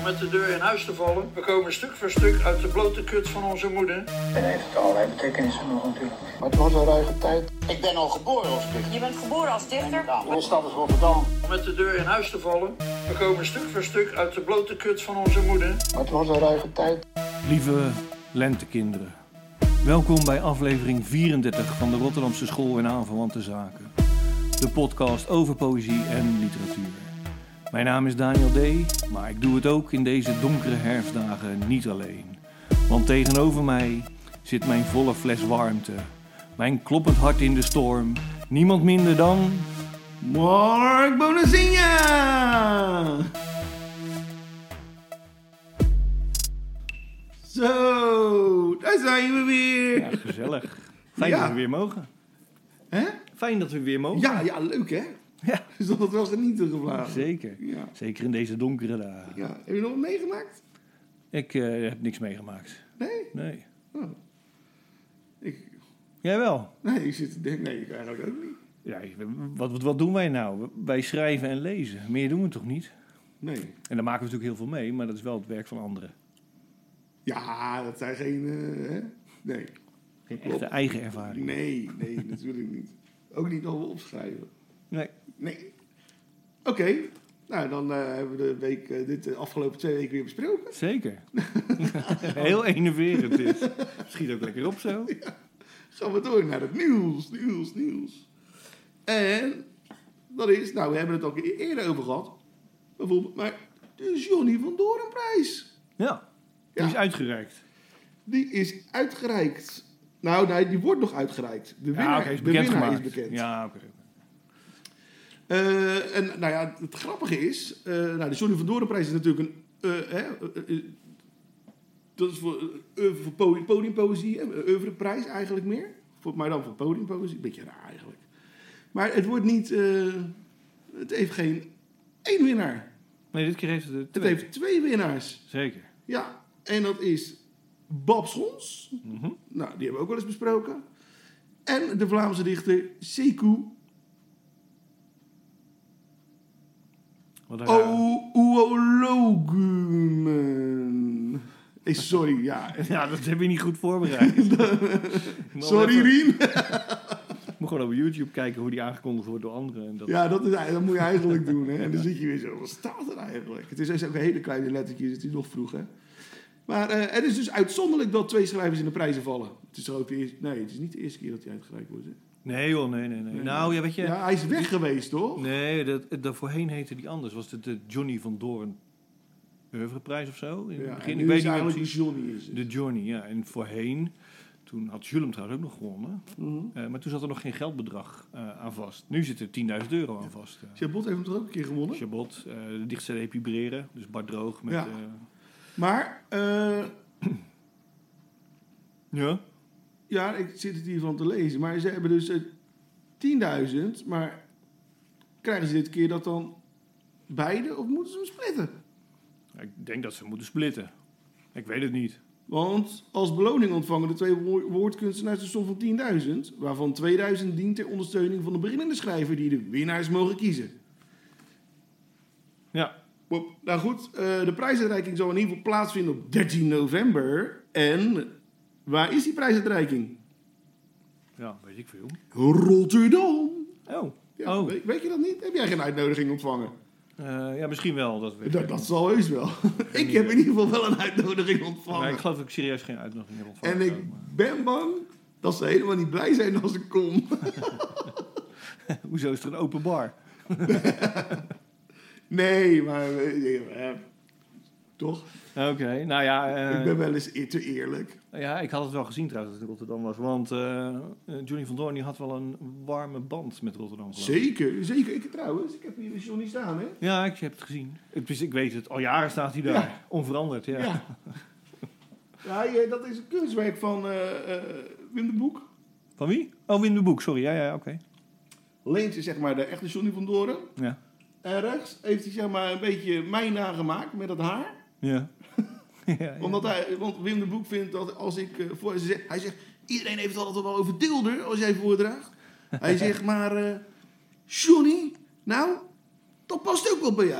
om met de deur in huis te vallen. We komen stuk voor stuk uit de blote kut van onze moeder. En heeft het allerlei betekenissen nog natuurlijk. Maar het was een ruige tijd. Ik ben al geboren als dichter. Je bent geboren als dichter? Ja, mijn stad is Rotterdam. Om met de deur in huis te vallen. We komen stuk voor stuk uit de blote kut van onze moeder. Maar het was een ruige tijd. Lieve lentekinderen, welkom bij aflevering 34 van de Rotterdamse School en aanverwante zaken. De podcast over poëzie en literatuur. Mijn naam is Daniel D., maar ik doe het ook in deze donkere herfstdagen niet alleen. Want tegenover mij zit mijn volle fles warmte, mijn kloppend hart in de storm, niemand minder dan... Mark Bonazinha! Zo, daar zijn we weer. Ja, gezellig. Fijn dat we weer mogen. Hè? Fijn dat we weer mogen. Ja, leuk hè? Ja. Dus dat het wel genieten gevraagd. Zeker. Ja. Zeker in deze donkere dagen. Ja. Heb je nog wat meegemaakt? Ik heb niks meegemaakt. Nee? Nee. Oh. Jij wel? Nee, ik zit te denken, nee, ik eigenlijk ook niet. Ja, wat doen wij nou? Wij schrijven en lezen. Meer doen we toch niet? Nee. En daar maken we natuurlijk heel veel mee, maar dat is wel het werk van anderen. Ja, dat zijn geen, hè? Nee. Geen echte eigen ervaring. Nee, natuurlijk niet. Ook niet dat we opschrijven. Nee. Oké. Nou, dan hebben we de week, dit afgelopen 2 weken weer besproken. Zeker. Heel enerverend is. Schiet ook lekker op zo. Ja. Gaan we door naar het nieuws. En dat is, nou, we hebben het ook eerder over gehad. Bijvoorbeeld, maar de Johnny van Doornprijs. Ja, die is uitgereikt. Die is uitgereikt. Nou, nee, die wordt nog uitgereikt. De winnaar, is bekend gemaakt. Is bekend. Ja, oké. En nou ja, het grappige is, de Johnny van Doornprijs is natuurlijk dat is voor podiumpoëzie, een oeuvreprijs eigenlijk meer. Maar dan voor podiumpoëzie, een beetje raar eigenlijk. Maar het wordt niet, het heeft geen 1 winnaar. Nee, dit keer heeft het 2. Het heeft 2 winnaars. Zeker. Ja, en dat is Bab Schons. Mm-hmm. Nou, die hebben we ook wel eens besproken. En de Vlaamse dichter Sekou Ouologumen. Sorry, ja. Ja, dat heb je niet goed voorbereid. Sorry, Rien. Je moet gewoon op YouTube kijken hoe die aangekondigd wordt door anderen. En dat... Ja, dat moet je eigenlijk doen. Hè? En dan zit je weer zo, wat staat er eigenlijk? Het is ook een hele kleine lettertjes, het is nog vroeg, hè. Maar het is dus uitzonderlijk dat 2 schrijvers in de prijzen vallen. Het is ook het is niet de eerste keer dat hij uitgereikt wordt. Hè? Nee joh, nee. Nou, ja, weet je... Ja, hij is weg geweest, toch? Nee, dat voorheen heette die anders. Was het de Johnny van Doorn oeuvreprijs of zo? In het begin. Ik weet weet niet eigenlijk precies. die Johnny is het. De Johnny, ja. En voorheen, toen had Jules hem trouwens ook nog gewonnen. Mm-hmm. Maar toen zat er nog geen geldbedrag aan vast. Nu zit er €10.000 aan vast. Chabot heeft hem toch ook een keer gewonnen? Chabot, de dichtste Epibreren. Dus Bart Droog met... Ja. Maar, ja? ja, ik zit het hiervan te lezen. Maar ze hebben dus 10.000, maar krijgen ze dit keer dat dan beide of moeten ze hem splitten? Ik denk dat ze moeten splitten. Ik weet het niet. Want als beloning ontvangen de 2 woordkunstenaars de som van 10.000, waarvan 2.000 dient ter ondersteuning van de beginnende schrijver die de winnaars mogen kiezen. Ja. Nou goed, de prijsuitreiking zal in ieder geval plaatsvinden op 13 november. En waar is die prijsuitreiking? Ja, weet ik veel. Rotterdam. Oh. Ja, Oh. weet je dat niet? Heb jij geen uitnodiging ontvangen? Ja, misschien wel. Dat weet ik. Dat zal heus wel. Ik heb in ieder geval wel een uitnodiging ontvangen. Maar ik geloof dat ik serieus geen uitnodiging heb ontvangen. En ik ben bang dat ze helemaal niet blij zijn als ik kom. Hoezo is er een open bar? Nee, maar toch? Oké, nou ja... Ik ben wel eens te eerlijk. Ja, ik had het wel gezien trouwens dat het in Rotterdam was. Want Johnny van Doorn die had wel een warme band met Rotterdam. Zeker. Ik trouwens. Ik heb hier Johnny staan, hè? Ja, ik heb het gezien. Ik weet het. Al jaren staat hij daar. Ja. Onveranderd, ja. Ja, dat is een kunstwerk van Wim de Boek. Van wie? Oh, Wim de Boek, sorry. Ja, oké. Links is zeg maar de echte Johnny van Doorn. Ja. En rechts heeft hij zeg maar een beetje mij nagemaakt met dat haar. Ja. Ja. Want Wim de Boek vindt dat als ik... hij zegt, iedereen heeft het altijd wel over Dilder als jij voordraagt. Hij zegt maar, Johnny, nou, dat past ook wel bij jou.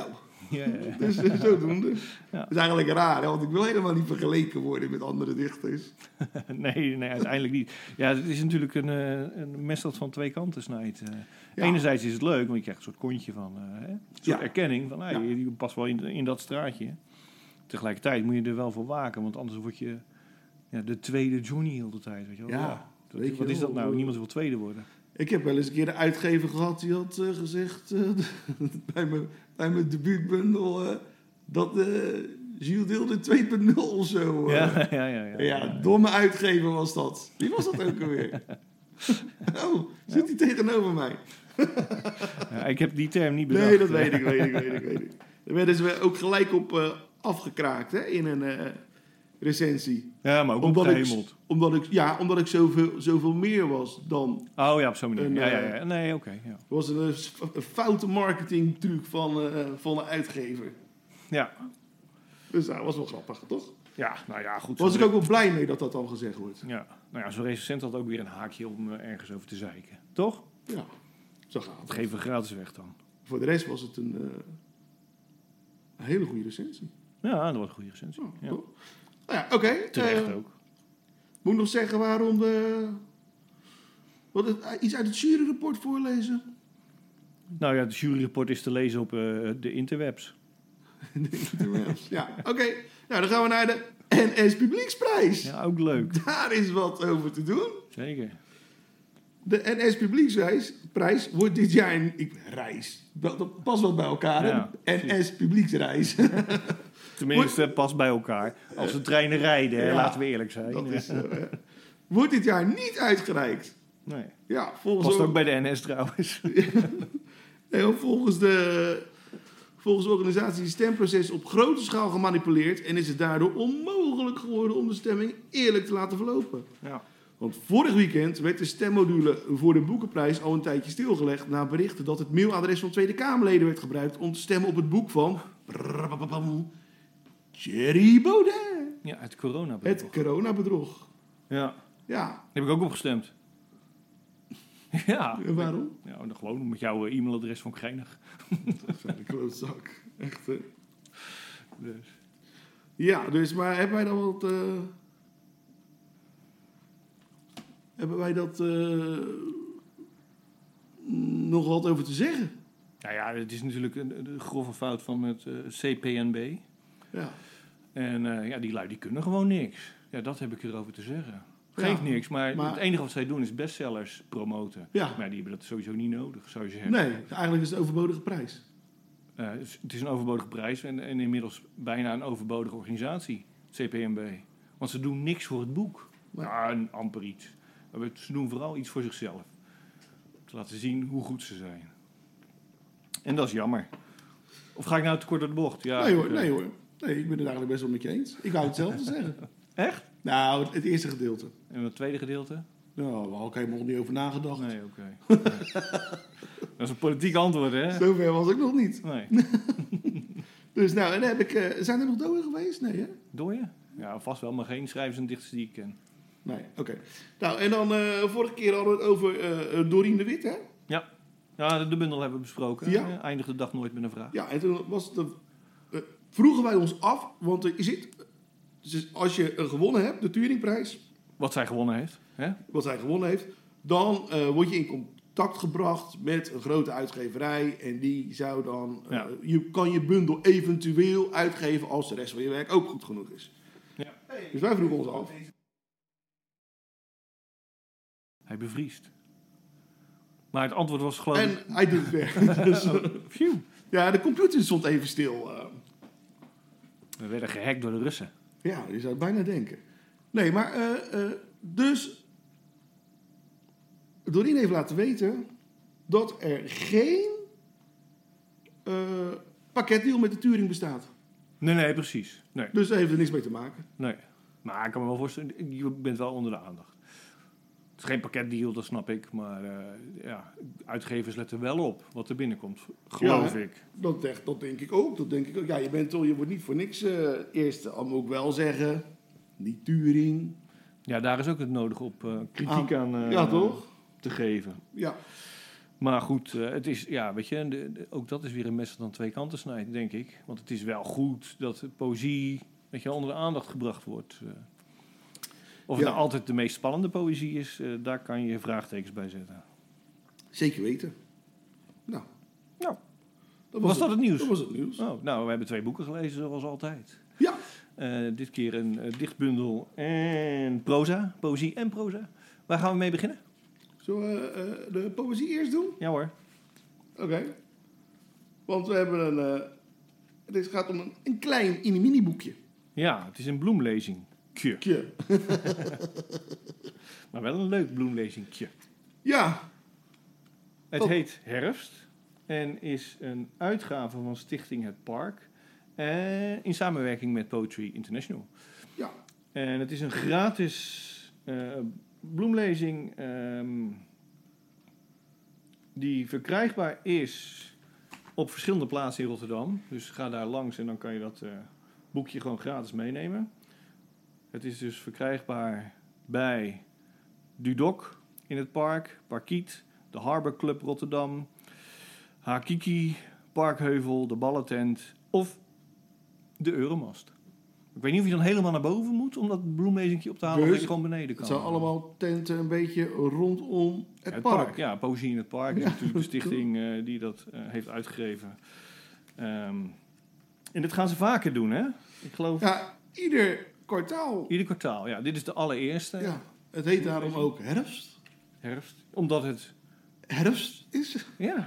Ja. Dus zodoende. Ja. Dat is eigenlijk raar, hè? Want ik wil helemaal niet vergeleken worden met andere dichters. Nee, uiteindelijk niet. Ja, het is natuurlijk een mes dat van twee kanten snijdt. Ja. Enerzijds is het leuk, want je krijgt een soort kontje van... een soort erkenning van, Ja. je past wel in dat straatje. Tegelijkertijd moet je er wel voor waken, want anders word je de tweede Johnny heel de tijd. Weet je wel? Ja, weet je Wat is wel. dat nou? Niemand wil tweede worden. Ik heb wel eens een keer de uitgever gehad die had gezegd bij mijn debuutbundel dat Gilles Deelde 2.0 of zo. Ja, domme uitgever was dat. Wie was dat ook alweer? Oh, zit hij tegenover mij? Ja, ik heb die term niet bedacht. Nee, dat weet ik. Daar werden ze ook gelijk op afgekraakt, hè, in een recensie. Ja, maar ook opgehemeld. Omdat ik zoveel meer was dan... Oh ja, op zo'n manier. Ja. Nee, oké. Ja. Het was een foute marketingtruc van een uitgever. Ja. Dus dat was wel grappig, toch? Ja, nou ja, goed. Was ik ook wel blij mee dat dat dan gezegd wordt. Ja, nou ja, zo'n recensent had ook weer een haakje om ergens over te zeiken. Toch? Ja, zo gaat Dat het. geven we gratis weg dan. Voor de rest was het een hele goede recensie. Ja, dat was een goede recensie. Ja. Toch? Nou ja, oké. Terecht ook. Moet ik nog zeggen waarom iets uit het juryrapport voorlezen? Nou ja, de juryrapport is te lezen op de interwebs. Ja, oké. Nou, dan gaan we naar de NS Publieksprijs. Ja, ook leuk. Daar is wat over te doen. Zeker. De NS Publieksprijs wordt dit jaar dat past wel bij elkaar, Ja, hè? NS Publieksreis. Tenminste, pas bij elkaar. Als de treinen rijden, hè, Ja, laten we eerlijk zijn. Dat is wordt dit jaar niet uitgereikt. Nee. Ja, volgens Past ook bij de NS trouwens. Nee, volgens de organisatie is het stemproces op grote schaal gemanipuleerd en is het daardoor onmogelijk geworden om de stemming eerlijk te laten verlopen. Ja. Want vorig weekend werd de stemmodule voor de boekenprijs al een tijdje stilgelegd na berichten dat het mailadres van Tweede Kamerleden werd gebruikt om te stemmen op het boek van Thierry Baudet. Ja, het coronabedrog. Het coronabedrog. Ja, Ja, daar heb ik ook op gestemd. Ja. en waarom? Ja, dan gewoon met jouw e-mailadres van Geinig. Een klootzak. Echt, hè? Dus. Ja, dus, maar hebben wij dan wat... hebben wij dat nog wat over te zeggen? Nou ja, het is natuurlijk een grove fout van het CPNB. Ja. En die lui die kunnen gewoon niks. Ja, dat heb ik erover te zeggen. Geeft niks, maar het enige wat zij doen is bestsellers promoten. Ja. Maar die hebben dat sowieso niet nodig, zou je zeggen. Nee, eigenlijk is het een overbodige prijs. Het is een overbodige prijs en inmiddels bijna een overbodige organisatie, CPNB. Want ze doen niks voor het boek. Nee. Ja, amper iets. Maar ze doen vooral iets voor zichzelf. Te laten zien hoe goed ze zijn. En dat is jammer. Of ga ik nou te kort door de bocht? Ja, Nee hoor. Nee, ik ben het eigenlijk best wel met je eens. Ik wou hetzelfde zeggen. Echt? Nou, het eerste gedeelte. En het tweede gedeelte? Nou, daar had ik helemaal niet over nagedacht. Nee, oké. Dat is een politiek antwoord, hè? Zover was ik nog niet. Nee. Dus nou, en dan heb ik... zijn er nog doden geweest? Nee, hè? Dooien? Ja, vast wel, maar geen schrijvers en dichters die ik ken. Nee, oké. Nou, en dan vorige keer hadden we het over Dorien de Wit, hè? Ja, de bundel hebben we besproken. Ja. Eindigt de dag nooit met een vraag. Ja, en toen was het, vroegen wij ons af, want er zit... Dus als je gewonnen hebt, de Turingprijs, Wat zij gewonnen heeft. Hè? wat zij gewonnen heeft, dan word je in contact gebracht met een grote uitgeverij en die zou dan... Ja. Je kan je bundel eventueel uitgeven als de rest van je werk ook goed genoeg is. Ja. Dus wij vroegen ons af. Hij bevriest. Maar het antwoord was geloof ik... En hij doet het weg. Dus, Phew. ja, de computer stond even stil. We werden gehackt door de Russen. Ja, je zou het bijna denken. Nee, maar dus Dorien heeft laten weten dat er geen pakketdeal met de Turing bestaat. Nee, precies. Nee. Dus daar heeft er niks mee te maken. Nee. Maar ik kan me wel voorstellen, je bent wel onder de aandacht. Het is geen pakketdeal, dat snap ik. Maar uitgevers letten wel op wat er binnenkomt. Geloof Ja, ik. Dat denk ik ook. Ja, je wordt niet voor niks eerst, al moet ik wel zeggen, die Turing. Ja, daar is ook het nodig op kritiek aan ja, toch? te geven. Ja. Maar goed, het is, ja, weet je, ook dat is weer een mes dat aan twee kanten snijdt, denk ik. Want het is wel goed dat poëzie, weet je, onder de aandacht gebracht wordt. Of het nou altijd de meest spannende poëzie is, daar kan je vraagtekens bij zetten. Zeker weten. Nou. Was dat het nieuws? Dat was het nieuws. Oh, nou, we hebben 2 boeken gelezen, zoals altijd. Ja. Dit keer een dichtbundel en proza, poëzie en proza. Waar gaan we mee beginnen? Zullen we de poëzie eerst doen? Ja hoor. Oké. Want we hebben het gaat om een klein mini boekje. Ja, het is een bloemlezingje. Maar wel een leuk bloemlezingje. Ja. Het heet Herfst en is een uitgave van Stichting Het Park in samenwerking met Poetry International. Ja. En het is een gratis bloemlezing die verkrijgbaar is op verschillende plaatsen in Rotterdam. Dus ga daar langs en dan kan je dat boekje gewoon gratis meenemen. Het is dus verkrijgbaar bij Dudok in het park, Parkiet, de Harbor Club Rotterdam, Hakiki, Parkheuvel, de Ballentent of de Euromast. Ik weet niet of je dan helemaal naar boven moet om dat bloemlezingje op te halen, Dus of je gewoon beneden kan. Het zijn allemaal tenten een beetje rondom het park. Ja, Poëzie in het Park is natuurlijk de stichting die dat heeft uitgegeven. En dit gaan ze vaker doen, hè? Ik geloof... Ja, ieder kwartaal. Ieder kwartaal, ja. Dit is de allereerste. Ja, het heet daarom ook Herfst. Omdat het... herfst is. Ja.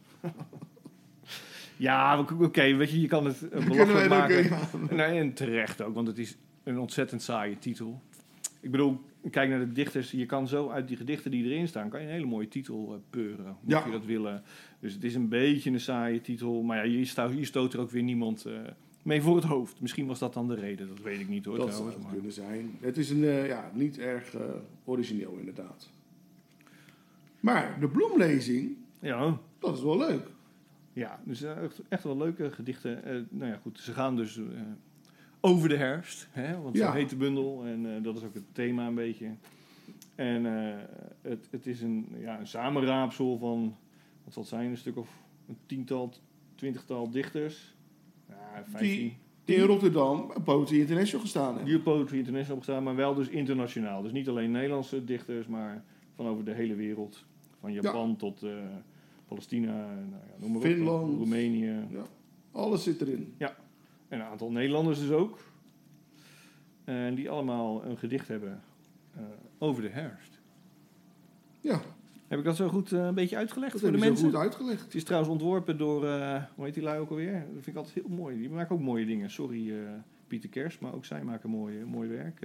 Ja, oké, weet je kan het belachelijk maken. Nee, en terecht ook, want het is een ontzettend saaie titel. Ik bedoel, kijk naar de dichters. Je kan zo uit die gedichten die erin staan, kan je een hele mooie titel peuren. Mocht je dat willen. Dus het is een beetje een saaie titel. Maar ja, hier stoot er ook weer niemand mee voor het hoofd. Misschien was dat dan de reden, dat weet ik niet hoor. Dat trouwens, zou maar... kunnen zijn. Het is niet erg origineel inderdaad. Maar de bloemlezing, Ja. dat is wel leuk. Ja, dus echt wel leuke gedichten. Nou ja, goed, ze gaan dus over de herfst. Hè? Want zo heet de bundel en dat is ook het thema een beetje. En het is een samenraapsel van, wat zal het zijn, een stuk of een 10-tal, 20-tal dichters. Ja, 15. Die in Rotterdam Poetry International gestaan hebben. Die op Poetry International gestaan, maar wel dus internationaal. Dus niet alleen Nederlandse dichters, maar van over de hele wereld. Van Japan tot... Palestina, noem maar Finland, op, Roemenië. Ja, alles zit erin. Ja, en een aantal Nederlanders dus ook. En die allemaal een gedicht hebben over de herfst. Ja. Heb ik dat zo goed een beetje uitgelegd Dat voor de hebben mensen? ze goed uitgelegd. Het is trouwens ontworpen door, hoe heet die lui ook alweer? Dat vind ik altijd heel mooi. Die maken ook mooie dingen. Sorry Pieter Kers, maar ook zij maken mooi werk.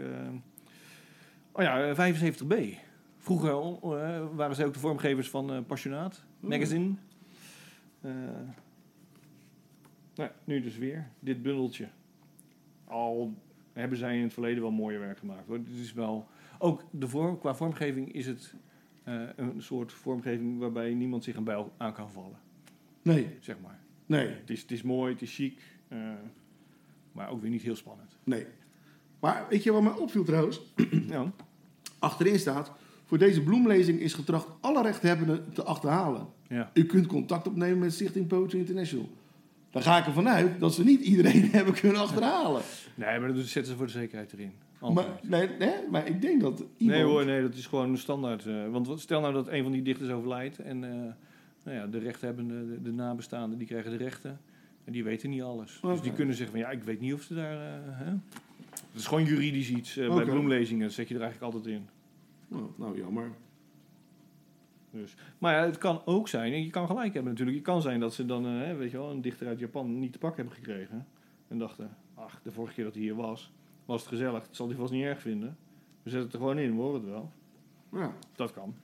75B. Vroeger waren zij ook de vormgevers van Passionaat Magazine. Nu dus weer dit bundeltje. Al hebben zij in het verleden wel mooie werk gemaakt. Hoor. Het is wel, ook qua vormgeving is het een soort vormgeving waarbij niemand zich een bijl aan kan vallen. Nee. Zeg maar. Nee. Het is mooi, het is chic, maar ook weer niet heel spannend. Nee. Maar weet je wat mij opviel trouwens? Ja. Achterin staat... Voor deze bloemlezing is getracht alle rechthebbenden te achterhalen. Ja. U kunt contact opnemen met Stichting Poetry International. Dan ga ik ervan uit dat ze niet iedereen hebben kunnen achterhalen. Nee, maar dat zetten ze voor de zekerheid erin. Maar ik denk dat iemand... Nee, dat is gewoon een standaard. Want stel nou dat een van die dichters overlijdt en de rechthebbenden, de nabestaanden, die krijgen de rechten. En die weten niet alles. Okay. Dus die kunnen zeggen van ik weet niet of ze daar... Het is gewoon juridisch iets. Bij bloemlezingen zet je er eigenlijk altijd in. Nou, jammer. Dus. Maar ja, het kan ook zijn, en je kan gelijk hebben natuurlijk. Het kan zijn dat ze dan, een dichter uit Japan niet te pak hebben gekregen. En dachten, de vorige keer dat hij hier was het gezellig. Dat zal hij vast niet erg vinden. We zetten het er gewoon in, we horen het wel. Ja. Dat kan.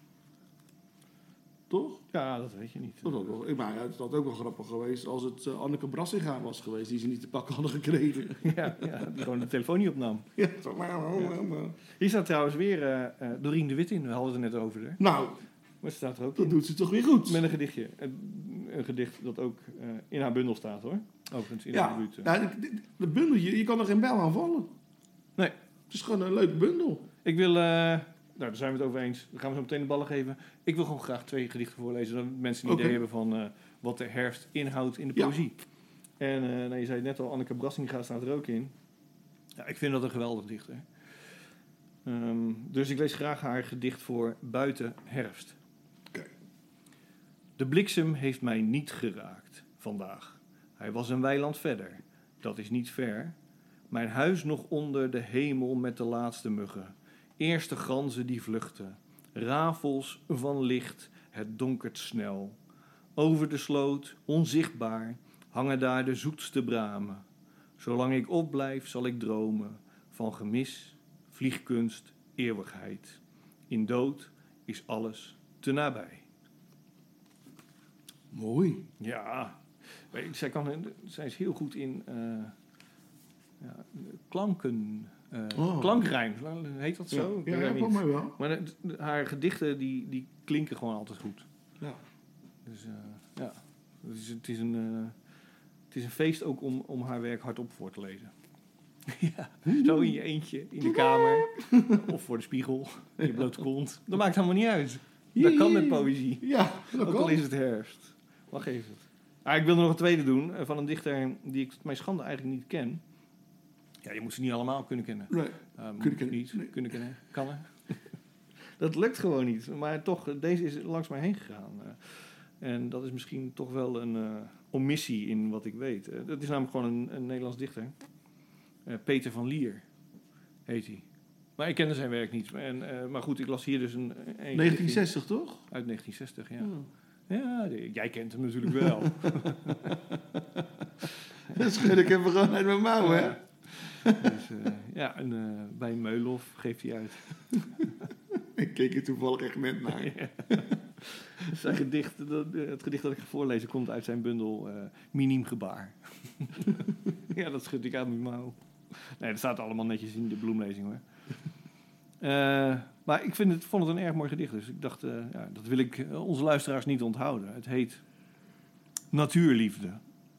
Toch? Ja, dat weet je niet. Maar het had ook wel grappig geweest als het Anneke Brassinga was geweest die ze niet te pakken hadden gekregen. ja, die gewoon de telefoon niet opnam. Ja. Hier staat trouwens weer Dorien de Wit in. We hadden het er net over. Hè? Nou, maar ze staat er ook dat in. doet ze toch weer goed. Met een gedichtje. Een gedicht dat ook in haar bundel staat hoor. Overigens in haar debuut. Dat bundeltje, je kan er geen bijl aan vallen. Nee. Het is gewoon een leuke bundel. Ik wil daar zijn we het over eens. Dan gaan we zo meteen de ballen geven. Ik wil gewoon graag 2 gedichten voorlezen, zodat mensen een Oké. idee hebben van wat de herfst inhoudt in de Ja. poëzie. En je zei het net al, Anneke Brassinga staat er ook in. Ja, ik vind dat een geweldig dichter. Dus ik lees graag haar gedicht voor Buiten herfst. Oké. De bliksem heeft mij niet geraakt vandaag. Hij was een weiland verder. Dat is niet ver. Mijn huis nog onder de hemel met de laatste muggen. Eerste ganzen die vluchten. Rafels van licht, het donkert snel. Over de sloot, onzichtbaar, hangen daar de zoetste bramen. Zolang ik opblijf, zal ik dromen van gemis, vliegkunst, eeuwigheid. In dood is alles te nabij. Mooi. Ja, zij is heel goed in klanken. Klankrijm, heet dat zo? Ik weet het volgens mij wel. Maar haar gedichten die klinken gewoon altijd goed. Ja. Dus ja, het is een feest ook om haar werk hardop voor te lezen. Ja, zo in je eentje, in de kamer. Of voor de spiegel, in je blote kont. Dat maakt helemaal niet uit. Dat kan met poëzie. Ja, dat Ook kan. al is het herfst. Wacht even. Ik wilde nog een tweede doen. Van een dichter die ik mijn schande eigenlijk niet ken. Ja, je moet ze niet allemaal kunnen kennen. Nee. Moet kennen. niet Nee. kunnen kennen. Kan er. Dat lukt gewoon niet. Maar toch, deze is langs mij heen gegaan. En dat is misschien toch wel een omissie in wat ik weet. Dat is namelijk gewoon een Nederlands dichter. Peter van Lier heet hij. Maar ik kende zijn werk niet. Maar goed, ik las hier dus een 1960 toch? uit 1960, ja. Ja, jij kent hem natuurlijk wel. Dat schud ik even gewoon uit mijn mouw, hè? Dus, bij Meulhof geeft hij uit. Ik keek er toevallig echt net naar. Zijn gedicht, het gedicht dat ik ga voorlezen komt uit zijn bundel Miniem Gebaar. Ja, dat schud ik uit mijn mouw. Nee, dat staat allemaal netjes in de bloemlezing, hoor. Maar ik vond het een erg mooi gedicht. Dus ik dacht, dat wil ik onze luisteraars niet onthouden. Het heet Natuurliefde.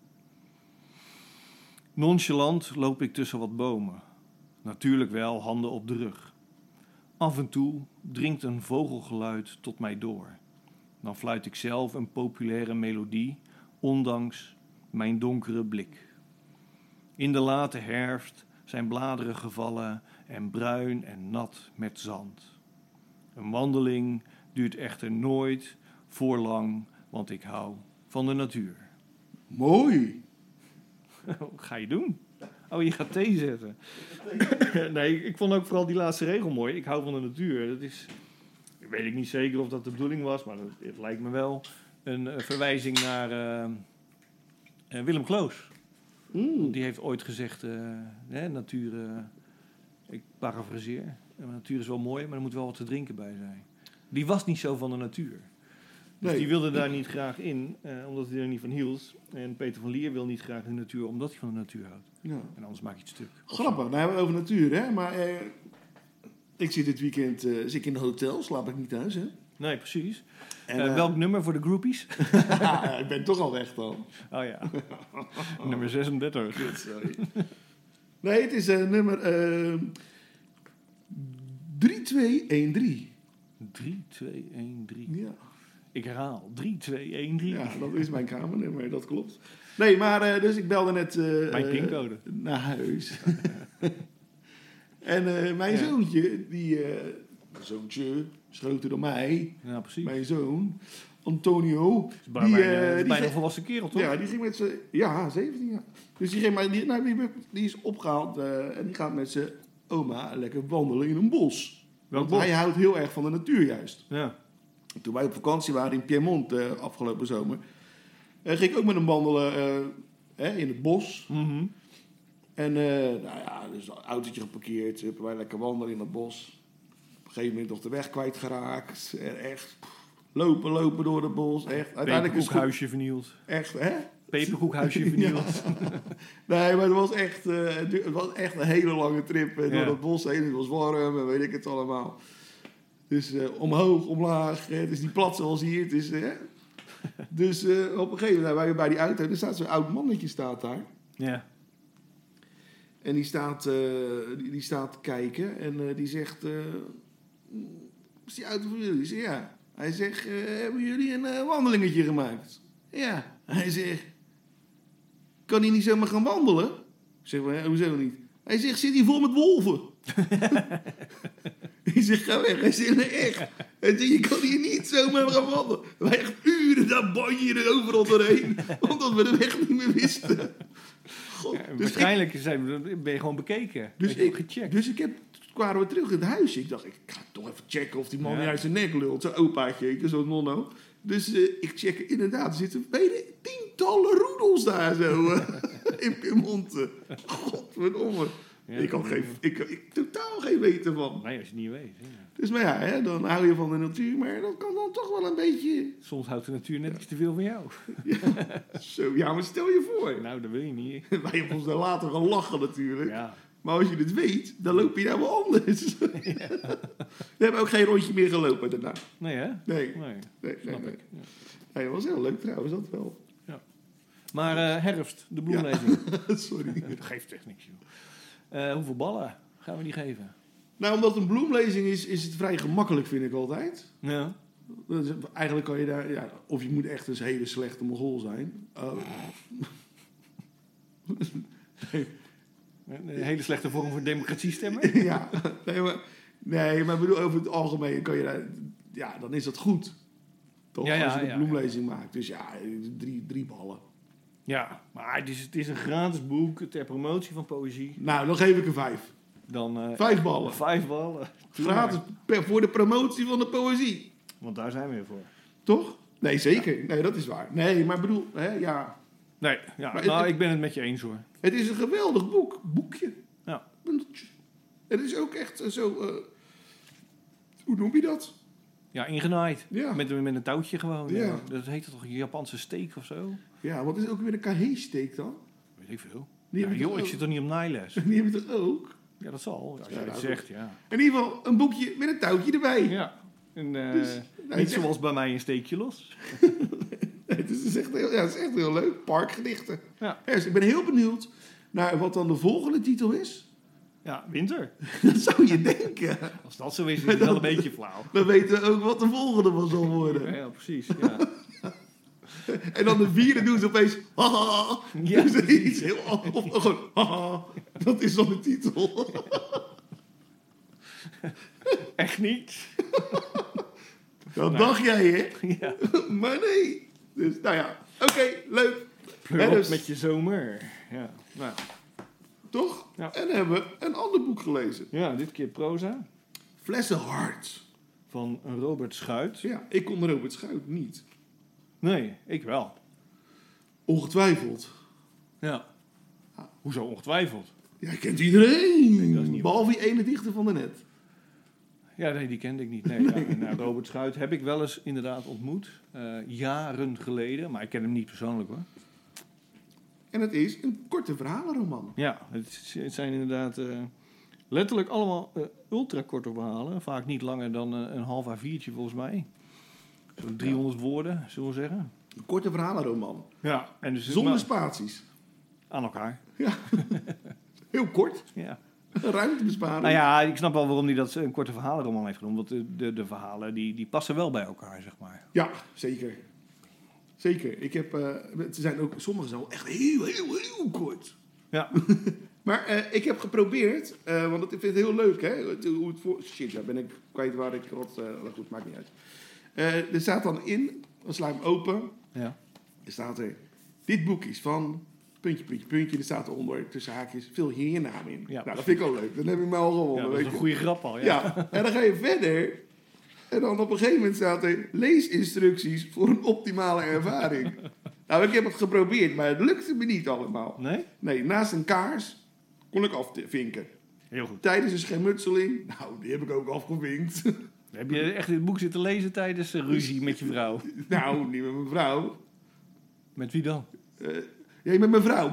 Nonchalant loop ik tussen wat bomen. Natuurlijk wel, handen op de rug. Af en toe dringt een vogelgeluid tot mij door. Dan fluit ik zelf een populaire melodie, ondanks mijn donkere blik. In de late herfst zijn bladeren gevallen en bruin en nat met zand. Een wandeling duurt echter nooit voor lang, want ik hou van de natuur. Mooi. Wat ga je doen? Oh, je gaat thee zetten. Nee, ik vond ook vooral die laatste regel mooi. Ik hou van de natuur. Dat is, weet ik niet zeker of dat de bedoeling was, maar het lijkt me wel een verwijzing naar Willem Kloos. Die heeft ooit gezegd, natuur, ik parafraseer, natuur is wel mooi, maar er moet wel wat te drinken bij zijn. Die was niet zo van de natuur. Dus Nee. die wilde daar niet graag in, omdat hij er niet van hield. En Peter van Lier wil niet graag in de natuur, omdat hij van de natuur houdt. Ja. En anders maak je het stuk. Grappig, nou hebben we het over natuur, hè? Maar ik zit dit weekend zit ik in een hotel, slaap ik niet thuis, hè? Nee, precies. En, Welk nummer voor de groupies? ik ben toch al weg dan. Oh ja, nummer 36. Sorry. Nee, het is nummer 3213. 3, 2, 1, 3. Ja. Ik herhaal, 3, 2, 1, 3. Ja, dat is mijn kamernummer, dat klopt. Nee, maar dus ik belde net Mijn pincode. naar huis. En mijn zoontje, zoontje, is groter dan mij, Ja, precies. mijn zoon, Antonio. Het is bijna die een volwassen kerel, toch? Ja, die ging met z'n... Ja, 17 jaar. Dus die ging maar... Die is opgehaald en die gaat met zijn oma lekker wandelen in een bos. Welk Want bos? hij houdt heel erg van de natuur juist. Ja. Toen wij op vakantie waren in Piemont afgelopen zomer... ging ik ook met hem wandelen in het bos. Mhm. En dus een autootje geparkeerd. Hebben wij lekker wandelen in het bos. Op een gegeven moment nog de weg kwijtgeraakt. Echt lopen door het bos. Echt. Uiteindelijk is het Peperkoekhuisje vernield. echt, hè? Peperkoekhuisje vernield. Nee, maar het was echt een hele lange trip door Ja. dat bos heen. Het was warm en weet ik het allemaal. Dus omhoog, omlaag. Het is niet plat zoals hier. Het is, dus op een gegeven moment waren we bij die auto. Er staat zo'n oud mannetje staat daar. Ja. En die staat te kijken en die zegt... is die auto voor jullie? Ik zeg, ja. Hij zegt, hebben jullie een wandelingetje gemaakt? Ja. Hij zegt, kan hij niet zomaar gaan wandelen? Ik zeg, hoezo niet? Hij zegt, zit hij vol met wolven? Ik zeg, ga weg. Hij zegt, nee, echt. Hij zegt, je kan hier niet zomaar gaan wandelen. Wij echt uren dat bandje er overal doorheen. Omdat we de weg niet meer wisten. God, Ja, dus waarschijnlijk ben je gewoon bekeken. Dus Heb je ook gecheckt. Dus kwamen we terug in het huisje. Ik dacht, ik ga toch even checken of die man niet uit zijn nek lult. Zo'n opaatje, zo'n nonno. Dus ik check inderdaad, er zitten tientallen roedels daar zo. In Piemonte. Godverdomme. Ja, ik had ik totaal geen weten van. Nee, als je het niet weet. Ja. Dus maar ja, hè, dan hou je van de natuur. Maar dat kan dan toch wel een beetje... Soms houdt de natuur net iets te veel van jou. Zo, ja, maar stel je voor. Nou, dat wil je niet. Wij hebben ons daar later gaan lachen natuurlijk. Ja. Maar als je het weet, dan loop je daar wel anders. We hebben ook geen rondje meer gelopen daarna. Nee, hè? Nee. Nee, snap ik. Ja. Nee, dat was heel leuk trouwens, dat wel. Maar herfst, de bloemlezing. Sorry. Dat geeft echt niks, joh. Hoeveel ballen gaan we die geven? Nou, omdat het een bloemlezing is het vrij gemakkelijk, vind ik altijd. Ja. Dus eigenlijk kan je daar... Ja, of je moet echt een hele slechte Mongool zijn. Een hele slechte vorm voor democratie stemmen. Ja, nee, maar bedoel, over het algemeen kan je daar... Ja, dan is dat goed. Toch? Ja, als je een ja, bloemlezing maakt. Dus ja, 3 ballen. Ja, maar het is een gratis boek ter promotie van poëzie. Nou, dan geef ik er 5. Dan 5 ballen. 5 ballen. Gratis voor de promotie van de poëzie. Want daar zijn we weer voor. Toch? Nee, zeker. Nee, dat is waar. Nee, maar bedoel, hè, ja. Nee, ja, Maar ik ben het met je eens hoor. Het is een geweldig boekje. Ja. Het is ook echt zo... hoe noem je dat? Ja, ingenaaid. Ja. Met een touwtje gewoon. Ja. Dat heet toch een Japanse steek of zo? Ja, wat is ook weer een Kahee-steek dan? Weet ik veel. Die Ja, heb je joh, toch ik ook? zit toch niet op naailes? Die hebben we toch ook? Ja, dat zal. Als je Ja, het nou, zegt, ja. In ieder geval een boekje met een touwtje erbij. Ja. En, Dus, nou, niet ik- zoals bij mij een steekje los. Het is echt het is echt heel leuk. Parkgedichten. Ja. Dus ik ben heel benieuwd naar wat dan de volgende titel is. Ja, winter. Dat zou je denken. Als dat zo is, is het wel een beetje flauw. Dan weten we ook wat de volgende van zal worden. Ja, precies. Ja. En dan de 4e doen ze opeens... Haha. Ja, Dus precies. iets heel... Of gewoon... Haha. Dat is dan de titel. Echt niet. Dat dacht jij, hè? Ja. Maar nee. Dus, nou ja. Oké, leuk. Pleur Hè, op dus- met je zomer. Ja. Nou, Toch? Ja. En hebben we een ander boek gelezen. ja, dit keer proza Flessenhart. van Robert Schuit. Ja, ik kon Robert Schuit niet. Nee, ik wel. Ongetwijfeld. Ja. Hoezo ongetwijfeld? Jij kent iedereen. Dat is niet Behalve die ene dichter van de net. Ja, nee, die kende ik niet. Nee, ja. En, nou, Robert Schuit heb ik wel eens inderdaad ontmoet. Jaren geleden. Maar ik ken hem niet persoonlijk hoor. En het is een korte verhalenroman. Ja, het zijn inderdaad letterlijk allemaal ultrakorte verhalen. Vaak niet langer dan een half A4'tje volgens mij. Zo'n 300 woorden, zullen we zeggen. Een korte verhalenroman. Ja. En dus Zonder maar spaties. aan elkaar. Ja. Heel kort. Ja. Ruimtebesparing. Nou ja, ik snap wel waarom hij dat een korte verhalenroman heeft genoemd. Want de verhalen die passen wel bij elkaar, zeg maar. Ja, zeker. Zeker. Ik heb, het zijn ook, sommige zijn wel echt heel kort. Ja. Maar ik heb geprobeerd, want ik vind het heel leuk, hè. Hoe het voor... Shit, ja, ben ik kwijt waar ik wat... goed, maakt niet uit. Er staat dan in, dan sla ik hem open. Ja. Er staat er, dit boek is van... Puntje. Er staat eronder, tussen haakjes, vul hier je naam in. Ja, Nou, dat vind ik al leuk. Dan heb je mij al gewonnen, Ja, dat weet is je. een goede grap al. Ja. Ja, en dan ga je verder. En dan op een gegeven moment staat er... Leesinstructies voor een optimale ervaring. Nou, ik heb het geprobeerd, maar het lukte me niet allemaal. Nee? Nee, naast een kaars kon ik afvinken. Heel goed. Tijdens een schermutseling, nou, die heb ik ook afgevinkt. Heb je echt dit boek zitten lezen tijdens ruzie met je vrouw? Nou, niet met mijn vrouw. Met wie dan? Ja, met mijn vrouw.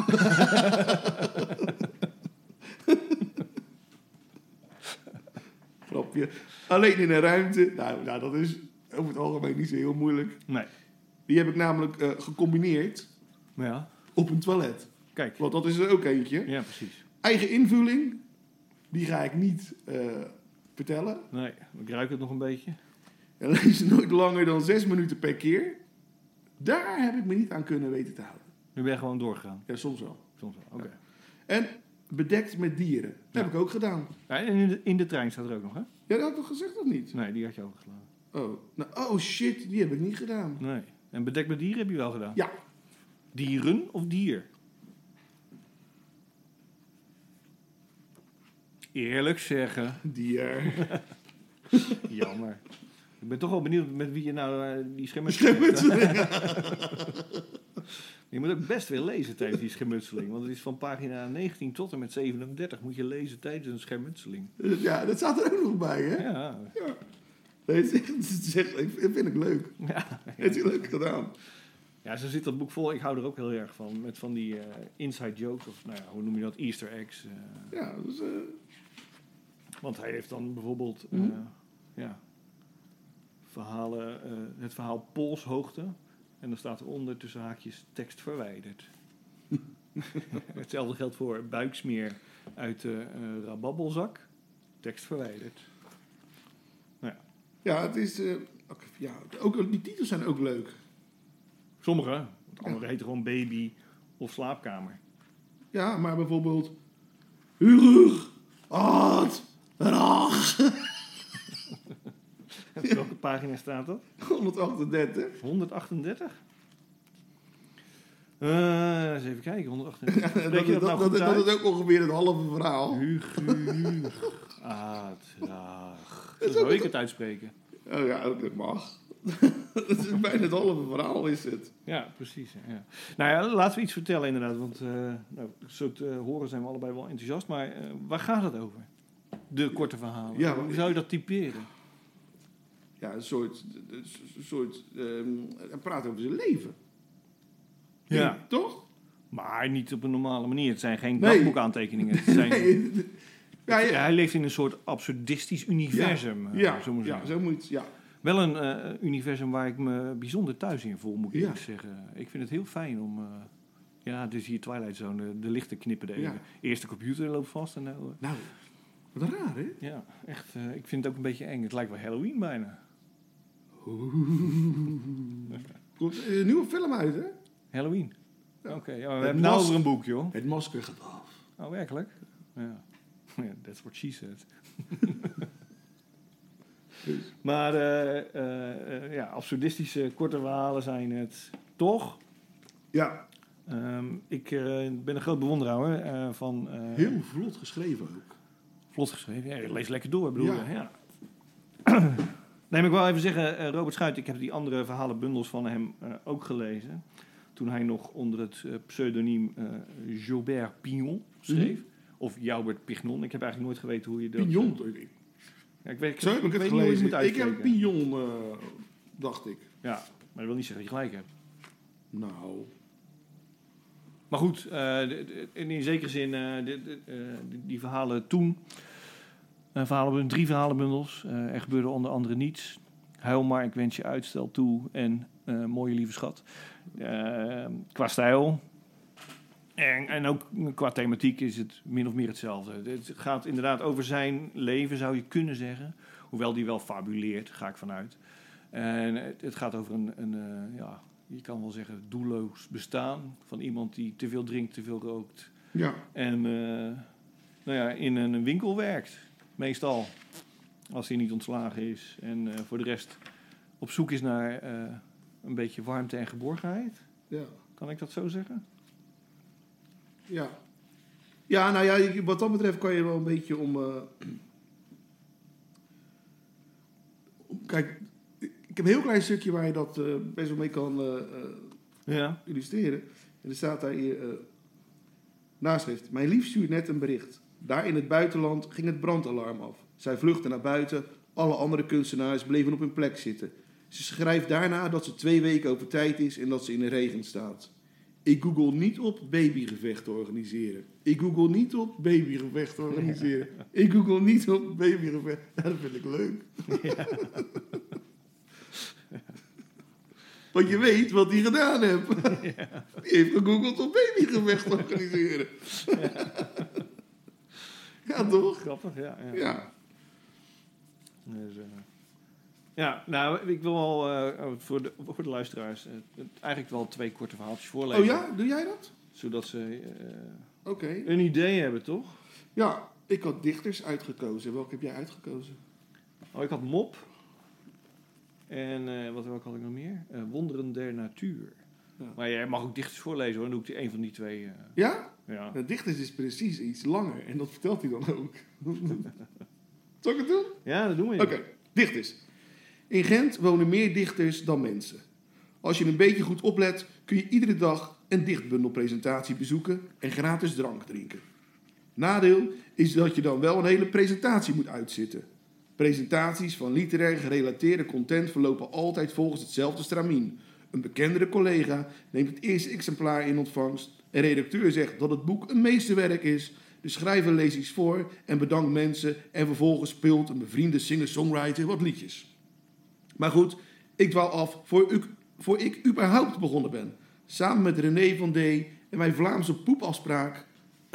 Grapje. Alleen in een ruimte. Nou, dat is over het algemeen niet zo heel moeilijk. Nee. Die heb ik namelijk gecombineerd Maar ja, op een toilet. kijk. Want dat is er ook eentje. Ja, precies. Eigen invulling, die ga ik niet vertellen. Nee, ik ruik het nog een beetje. En lezen nooit langer dan 6 minuten per keer. Daar heb ik me niet aan kunnen weten te houden. Nu ben je gewoon doorgegaan. Ja, soms wel. Soms wel, oké. En bedekt met dieren. Dat heb ik ook gedaan. Ja, en in de trein staat er ook nog, hè? Ja, dat had ik toch gezegd of niet? Nee, die had je overgeslagen. Oh shit, die heb ik niet gedaan. Nee. En bedekt met dieren heb je wel gedaan? Ja. Dieren of dier? Eerlijk zeggen. Dier. Jammer. Ik ben toch wel benieuwd met wie je nou die schermutseling... Je moet ook best weer lezen tijdens die schermutseling. Want het is van pagina 19 tot en met 37 moet je lezen tijdens een schermutseling. Ja, dat staat er ook nog bij, hè? Ja. Nee, dat vind ik leuk. Ja. Het is leuk gedaan. Ja, zo zit dat boek vol. Ik hou er ook heel erg van. Met van die inside jokes. Of nou ja, hoe noem je dat? Easter eggs. Ja, dus... Want hij heeft dan bijvoorbeeld... verhalen... het verhaal Poolshoogte. En dan staat eronder tussen haakjes tekst verwijderd. Hetzelfde geldt voor buiksmeer uit de rababbelzak. Tekst verwijderd. Nou ja. Ja, het is... ook, die titels zijn ook leuk. Sommige. Het andere heet gewoon baby of slaapkamer. Ja, maar bijvoorbeeld... Hurig, Ad, Rach. En welke pagina staat dat? 138. 138? Eens even kijken, 138. Spreek je dat nou goed dat uit? is ook ongeveer het halve verhaal. Huug, Adraag. Zo zou ik het uitspreken. Oh ja, dat mag. Dat is bijna het halve verhaal, is het. Ja, precies. Ja. Nou ja, laten we iets vertellen inderdaad. Want zo te horen zijn we allebei wel enthousiast. Maar waar gaat het over? De korte verhalen. Ja, hoe zou je dat typeren? Ja, een soort hij praat over zijn leven. Ja. Toch? Maar niet op een normale manier. Het zijn geen Nee. dagboekaantekeningen. Het zijn, Ja, Hij leeft in een soort absurdistisch universum. Zo moet je zeggen. zo moet ja. Wel een universum waar ik me bijzonder thuis in voel, moet ik Ja. eerlijk zeggen. Ik vind het heel fijn om... dus hier Twilight Zone, de lichten knippen even. Ja. Eerst de computer loopt vast en Nou, wat raar, hè? ja, echt. Ik vind het ook een beetje eng. Het lijkt wel Halloween bijna. Komt een nieuwe film uit, hè? Halloween. Ja. Oké, ja, we hebben het nou over een boek, joh. Het masker gaat af. Oh, werkelijk? Ja. Yeah, that's what she said. Maar absurdistische korte verhalen zijn het toch. Ja. Ik ben een groot bewonderaar hoor, van... Heel vlot geschreven ook. Vlot geschreven. Ja, je leest lekker door, bedoel Ja. je. Ja. Nee, maar ik wil even zeggen, Robert Schuit, ik heb die andere verhalenbundels van hem ook gelezen. Toen hij nog onder het pseudoniem Gilbert Pignon schreef. Of Joubert Pignon. Ik heb eigenlijk nooit geweten hoe je dat... Pignon. Ja, ik weet, Zo heb ik het weet niet hoe je het gelezen. moet Ik uitspreken. heb Pignon, dacht ik. Ja, maar dat wil niet zeggen dat je gelijk hebt. Nou. Maar goed, in zekere zin, die verhalen toen... drie verhalenbundels. Er gebeurde onder andere niets. Huil maar, ik wens je uitstel toe. En mooie lieve schat. Qua stijl... En ook qua thematiek is het min of meer hetzelfde. Het gaat inderdaad over zijn leven, zou je kunnen zeggen. Hoewel die wel fabuleert, ga ik vanuit. En het gaat over je kan wel zeggen, doelloos bestaan. Van iemand die te veel drinkt, te veel rookt. Ja. En in een winkel werkt, meestal. Als hij niet ontslagen is. En voor de rest op zoek is naar een beetje warmte en geborgenheid. Ja. Kan ik dat zo zeggen? Ja. Ja, nou ja, wat dat betreft kan je wel een beetje kijk, ik heb een heel klein stukje waar je dat best wel mee kan illustreren. En er staat daar naschrift. Mijn lief stuurt net een bericht. Daar in het buitenland ging het brandalarm af. Zij vluchtte naar buiten. Alle andere kunstenaars bleven op hun plek zitten. Ze schrijft daarna dat ze 2 weken over tijd is en dat ze in de regen staat. Ik google niet op babygevechten organiseren. Ik google niet op babygevechten organiseren. Ik google niet op babygevechten. Ja, dat vind ik leuk. Ja. Want je weet wat hij gedaan heeft. Ja. Die heeft gegoogeld op babygevechten organiseren. Ja, toch? Grappig, ja. Ja. Dus, ja, nou, ik wil wel voor de luisteraars eigenlijk wel 2 korte verhaaltjes voorlezen. Oh ja, doe jij dat? Zodat ze Oké. een idee hebben, toch? Ja, ik had dichters uitgekozen. Welke heb jij uitgekozen? Oh, ik had Mop. En welke had ik nog meer? Wonderen der natuur. Ja. Maar jij mag ook dichters voorlezen hoor. Dan doe ik een van die 2. Ja? Ja. De dichters is precies iets langer. En dat vertelt hij dan ook. Zal ik het doen? Ja, dat doen we. Oké, dichters. In Gent wonen meer dichters dan mensen. Als je een beetje goed oplet, kun je iedere dag een dichtbundelpresentatie bezoeken en gratis drank drinken. Nadeel is dat je dan wel een hele presentatie moet uitzitten. Presentaties van literair gerelateerde content verlopen altijd volgens hetzelfde stramien. Een bekendere collega neemt het eerste exemplaar in ontvangst. Een redacteur zegt dat het boek een meesterwerk is. De schrijver leest iets voor en bedankt mensen. En vervolgens speelt een bevriende singer-songwriter wat liedjes. Maar goed, ik dwaal af voor ik überhaupt begonnen ben. Samen met René van D. en mijn Vlaamse poepafspraak.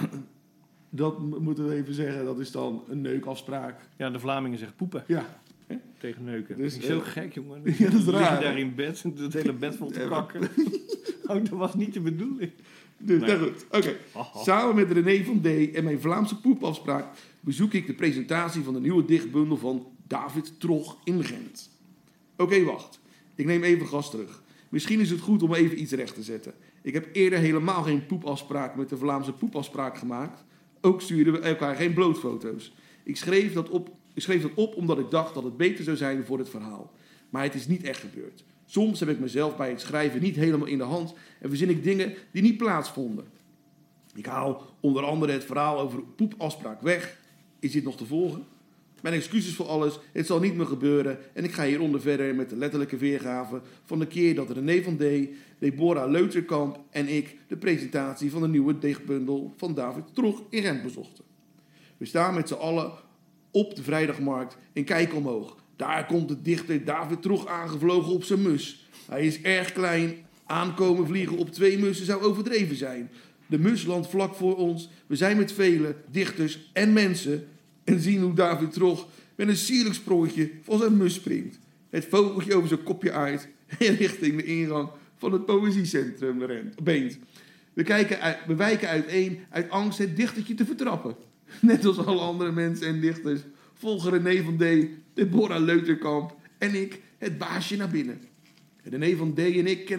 Dat moeten we even zeggen, dat is dan een neukafspraak. Ja, de Vlamingen zeggen poepen Ja. tegen neuken. Dus, Dat is zo gek, jongen. Ja, dat is Dan lig raar, je daar hè? in bed en het hele bed vol te kakken. Oh, dat was niet de bedoeling. Dus, Nee. nou goed. Oké. Samen met René van D. en mijn Vlaamse poepafspraak bezoek ik de presentatie van de nieuwe dichtbundel van David Trog in Gent. Oké, wacht. Ik neem even gas terug. Misschien is het goed om even iets recht te zetten. Ik heb eerder helemaal geen poepafspraak met de Vlaamse poepafspraak gemaakt. Ook stuurden we elkaar geen blootfoto's. Ik schreef dat op omdat ik dacht dat het beter zou zijn voor het verhaal. Maar het is niet echt gebeurd. Soms heb ik mezelf bij het schrijven niet helemaal in de hand en verzin ik dingen die niet plaatsvonden. Ik haal onder andere het verhaal over poepafspraak weg. Is dit nog te volgen? Mijn excuses voor alles, het zal niet meer gebeuren en ik ga hieronder verder met de letterlijke weergave van de keer dat René van D., Deborah Leuterkamp en ik de presentatie van de nieuwe dichtbundel van David Trog in Gent bezochten. We staan met z'n allen op de vrijdagmarkt en kijken omhoog. Daar komt de dichter David Trog aangevlogen op zijn mus. Hij is erg klein, aankomen vliegen op 2 mussen zou overdreven zijn. De mus landt vlak voor ons, we zijn met vele dichters en mensen en zien hoe David Trog met een sierlijk sprongetje van zijn mus springt. Het vogeltje over zijn kopje aait en richting de ingang van het poëziecentrum beent. We wijken uiteen uit angst het dichtertje te vertrappen. Net als alle andere mensen en dichters volgen René van D., Deborah Leuterkamp en ik het baasje naar binnen. René van D. en ik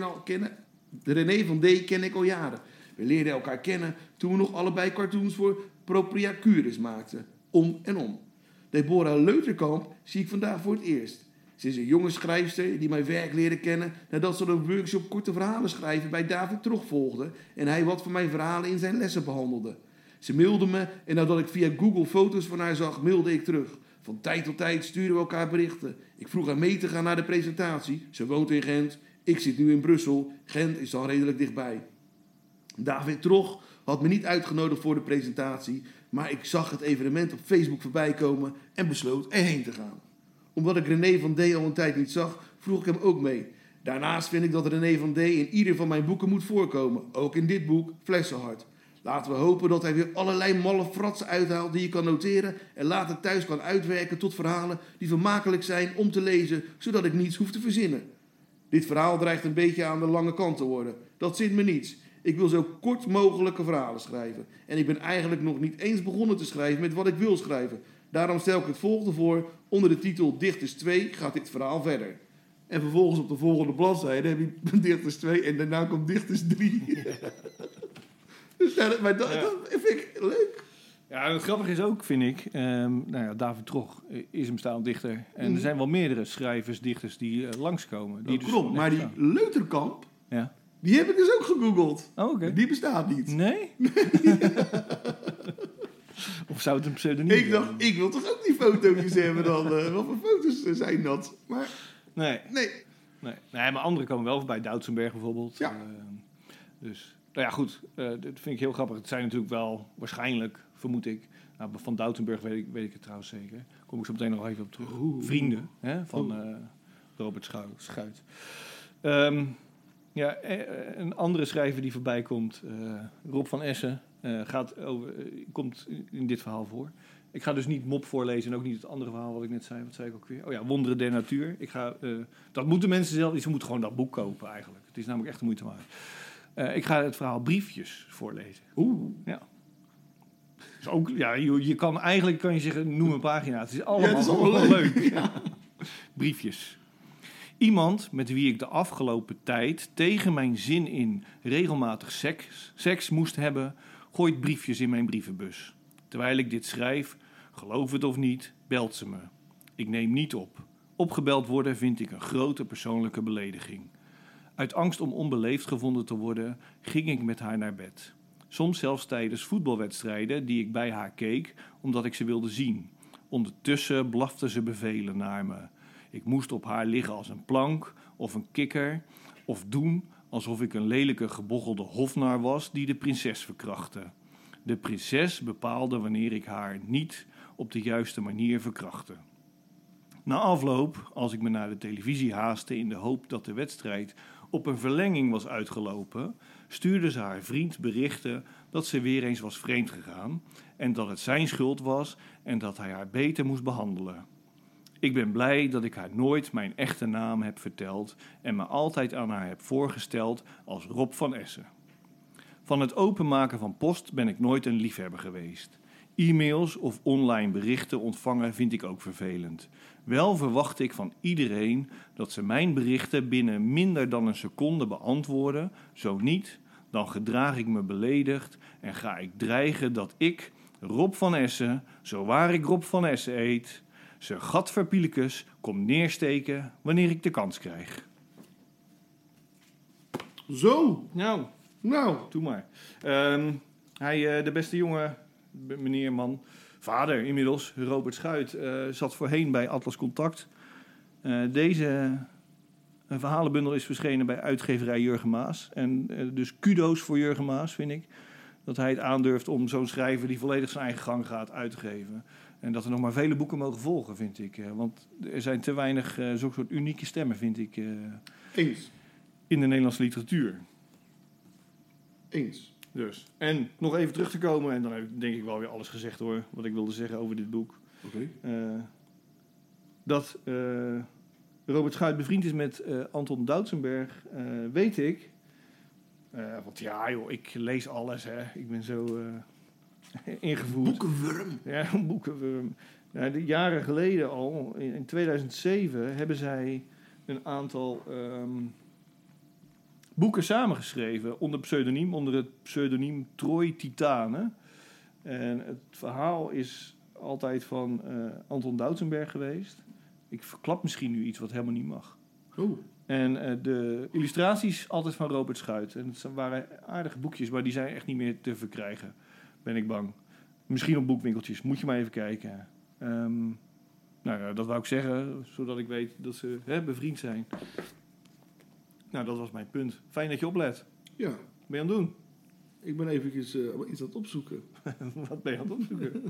René van D. ken ik al jaren. We leerden elkaar kennen toen we nog allebei cartoons voor Propria Curis maakten. Om en om. Deborah Leuterkamp zie ik vandaag voor het eerst. Ze is een jonge schrijfster die mijn werk leerde kennen nadat ze een workshop korte verhalen schrijven bij David Trog volgde en hij wat van mijn verhalen in zijn lessen behandelde. Ze mailde me en nadat ik via Google foto's van haar zag, mailde ik terug. Van tijd tot tijd sturen we elkaar berichten. Ik vroeg haar mee te gaan naar de presentatie. Ze woont in Gent. Ik zit nu in Brussel. Gent is dan redelijk dichtbij. David Trog had me niet uitgenodigd voor de presentatie, maar ik zag het evenement op Facebook voorbij komen en besloot erheen te gaan. Omdat ik René van D. al een tijd niet zag, vroeg ik hem ook mee. Daarnaast vind ik dat René van D. in ieder van mijn boeken moet voorkomen. Ook in dit boek, Flessenhart. Laten we hopen dat hij weer allerlei malle fratsen uithaalt die je kan noteren en later thuis kan uitwerken tot verhalen die vermakelijk zijn om te lezen, zodat ik niets hoef te verzinnen. Dit verhaal dreigt een beetje aan de lange kant te worden. Dat zint me niets. Ik wil zo kort mogelijke verhalen schrijven. En ik ben eigenlijk nog niet eens begonnen te schrijven met wat ik wil schrijven. Daarom stel ik het volgende voor. Onder de titel Dichters 2 gaat dit verhaal verder. En vervolgens op de volgende bladzijde heb je Dichters 2 en daarna komt Dichters 3. Dus maar dat vind ik leuk. Ja, het grappige is ook, vind ik, David Trog is een bestaand dichter. En er zijn wel meerdere schrijvers, dichters die langskomen. Die dus klopt, maar die Leuterkamp, ja. die heb ik dus ook gegoogeld. Oh, oké. Die bestaat niet. Nee? Of zou het een pseudoniem Ik dacht, ik wil toch ook die fotootjes hebben dan. Wat voor foto's zijn dat? Maar Nee. nee. Nee, maar anderen komen wel voorbij. Doutsenberg bijvoorbeeld. Ja. Dus, nou ja, goed. Dat vind ik heel grappig. Het zijn natuurlijk wel, waarschijnlijk, vermoed ik. Nou, van Doutsenberg weet ik het trouwens zeker. Daar kom ik zo meteen nog even op terug. Vrienden van Robert Schuit. Een andere schrijver die voorbij komt, Rob van Essen, komt in dit verhaal voor. Ik ga dus niet Mop voorlezen en ook niet het andere verhaal wat ik net zei. Wat zei ik ook weer? Oh ja, Wonderen der Natuur. Dat moeten mensen zelf... Ze moeten gewoon dat boek kopen eigenlijk. Het is namelijk echt de moeite waard. Ik ga het verhaal Briefjes voorlezen. Oeh. Ja. Dus ook, ja, je kan eigenlijk kan je zeggen, noem een pagina. Het is allemaal leuk. Ja. Briefjes. Iemand met wie ik de afgelopen tijd tegen mijn zin in regelmatig seks moest hebben, gooit briefjes in mijn brievenbus. Terwijl ik dit schrijf, geloof het of niet, belt ze me. Ik neem niet op. Opgebeld worden vind ik een grote persoonlijke belediging. Uit angst om onbeleefd gevonden te worden, ging ik met haar naar bed. Soms zelfs tijdens voetbalwedstrijden die ik bij haar keek, omdat ik ze wilde zien. Ondertussen blafte ze bevelen naar me. Ik moest op haar liggen als een plank of een kikker, of doen alsof ik een lelijke gebochelde hofnar was die de prinses verkrachtte. De prinses bepaalde wanneer ik haar niet op de juiste manier verkrachtte. Na afloop, als ik me naar de televisie haastte in de hoop dat de wedstrijd op een verlenging was uitgelopen, stuurde ze haar vriend berichten dat ze weer eens was vreemd gegaan en dat het zijn schuld was en dat hij haar beter moest behandelen. Ik ben blij dat ik haar nooit mijn echte naam heb verteld en me altijd aan haar heb voorgesteld als Rob van Essen. Van het openmaken van post ben ik nooit een liefhebber geweest. E-mails of online berichten ontvangen vind ik ook vervelend. Wel verwacht ik van iedereen dat ze mijn berichten binnen minder dan een seconde beantwoorden. Zo niet, dan gedraag ik me beledigd en ga ik dreigen dat ik, Rob van Essen, zo waar ik Rob van Essen eet, ze gadverpielekes kom neersteken wanneer ik de kans krijg. Zo. Nou, doe maar. De beste jongen, meneer man, vader inmiddels, Robert Schuit, zat voorheen bij Atlas Contact. Deze verhalenbundel is verschenen bij uitgeverij Jurgen Maas. En dus kudo's voor Jurgen Maas, vind ik. Dat hij het aandurft om zo'n schrijver die volledig zijn eigen gang gaat uit te geven. En dat er nog maar vele boeken mogen volgen, vind ik. Want er zijn te weinig zulke soort unieke stemmen, vind ik, Eens. in de Nederlandse literatuur. Eens. Dus. En nog even terug te komen, en dan heb ik denk ik wel weer alles gezegd hoor, wat ik wilde zeggen over dit boek. Oké. Dat Robert Schuit bevriend is met Anton Doutsenberg, weet ik. Want ja joh, ik lees alles hè. Ik ben zo ingevoerd. Boekenwurm. Ja, een boekenwurm. Ja, jaren geleden al, in 2007, hebben zij een aantal boeken samengeschreven onder het pseudoniem Troy Titanen. En het verhaal is altijd van Anton Doutsenberg geweest. Ik verklap misschien nu iets wat helemaal niet mag. Oh. En de illustraties altijd van Robert Schuit. En het waren aardige boekjes, maar die zijn echt niet meer te verkrijgen, ben ik bang. Misschien op boekwinkeltjes, moet je maar even kijken. Nou ja, dat wou ik zeggen, zodat ik weet dat ze bevriend zijn. Nou, dat was mijn punt. Fijn dat je oplet. Ja. Wat ben je aan het doen? Ik ben eventjes iets aan het opzoeken. Wat ben je aan het opzoeken?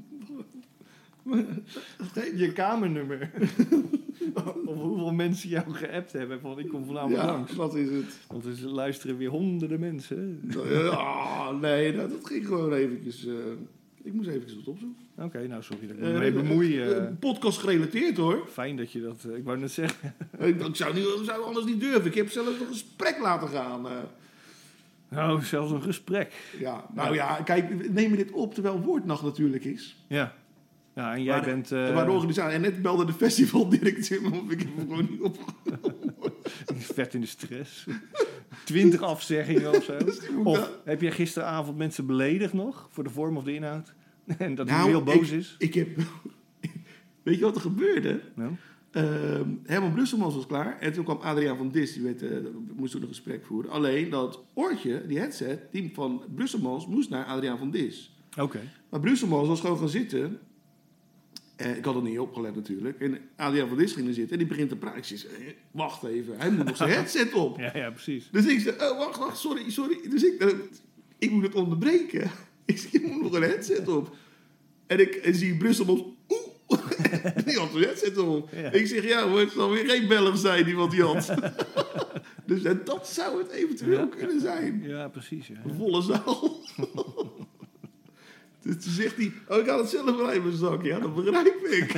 Je kamernummer. Of hoeveel mensen jou geappt hebben van ik kom vanavond langs. Wat is het? Want er luisteren weer honderden mensen. Nee, dat ging gewoon eventjes... ik moest eventjes wat opzoeken. Oké, nou sorry dat ik me mee bemoei. Podcast gerelateerd hoor. Fijn dat je dat... ik wou net zeggen. Ik zou anders niet durven. Ik heb zelfs een gesprek laten gaan. Nou, zelfs een gesprek. Ja, nou ja, kijk, we nemen dit op terwijl Woordnacht natuurlijk is. Ja. Ja, en jij bent... Maar de organisatie... En net belde de festivaldirecteur, maar ik heb hem gewoon niet opgenomen. Vet in de stress. 20 afzeggingen of zo. Of heb jij gisteravond mensen beledigd nog? Voor de vorm of de inhoud? En dat hij heel boos is? Ik heb... Weet je wat er gebeurde? Nou? Herman Brusselmans was klaar. En toen kwam Adriaan van Dis. Die moest toen een gesprek voeren. Alleen dat oortje, die headset, die van Brusselmans moest naar Adriaan van Dis. Oké. Maar Brusselmans was gewoon gaan zitten. Ik had er niet opgelet natuurlijk. En Adriaan van Dis ging er zitten. En die begint te praten. Ik zeg, wacht even. Hij moet nog zijn headset op. Ja, precies. Dus ik zei, wacht, sorry. Dus ik moet het onderbreken. Ik zeg, je moet nog een headset op. En ik zie Brusselmans... Die had een headset op. Ja. Ik zeg, ja, het zal weer geen Belg zijn die wat die had. Dus dat zou het eventueel kunnen zijn. Ja, precies. Ja. Een volle zaal. Dus toen zegt hij, ik had het zelf wel even zak. Ja, dat begrijp ik.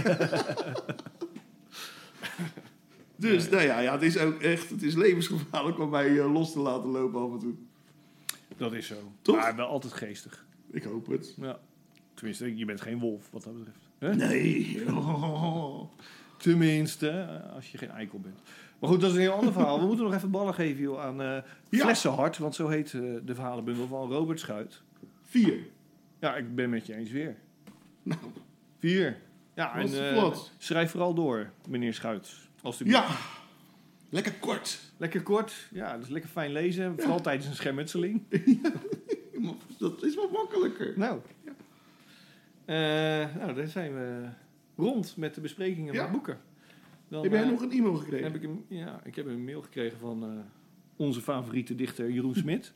Dus, nou ja, het is ook echt, het is levensgevaarlijk om mij los te laten lopen af en toe. Dat is zo. Toch? Maar wel altijd geestig. Ik hoop het. Ja. Tenminste, je bent geen wolf, wat dat betreft. Hè? Nee. Tenminste, als je geen eikel bent. Maar goed, dat is een heel ander verhaal. We moeten nog even ballen geven joh, aan Flessenhart. Want zo heet de verhalenbundel van Robert Schuit. 4. Ja, ik ben met je eens weer. Nou, 4. Ja, Wat en vlot. schrijf vooral door, meneer Schuit. ja. Lekker kort. Lekker kort. Ja, dat is lekker fijn lezen. Vooral tijdens een schermutseling. Dat is wat makkelijker. Nou. Daar zijn we rond met de besprekingen van boeken. Dan, Heb jij nog een e-mail gekregen? Ik heb een mail gekregen van onze favoriete dichter Jeroen Smit.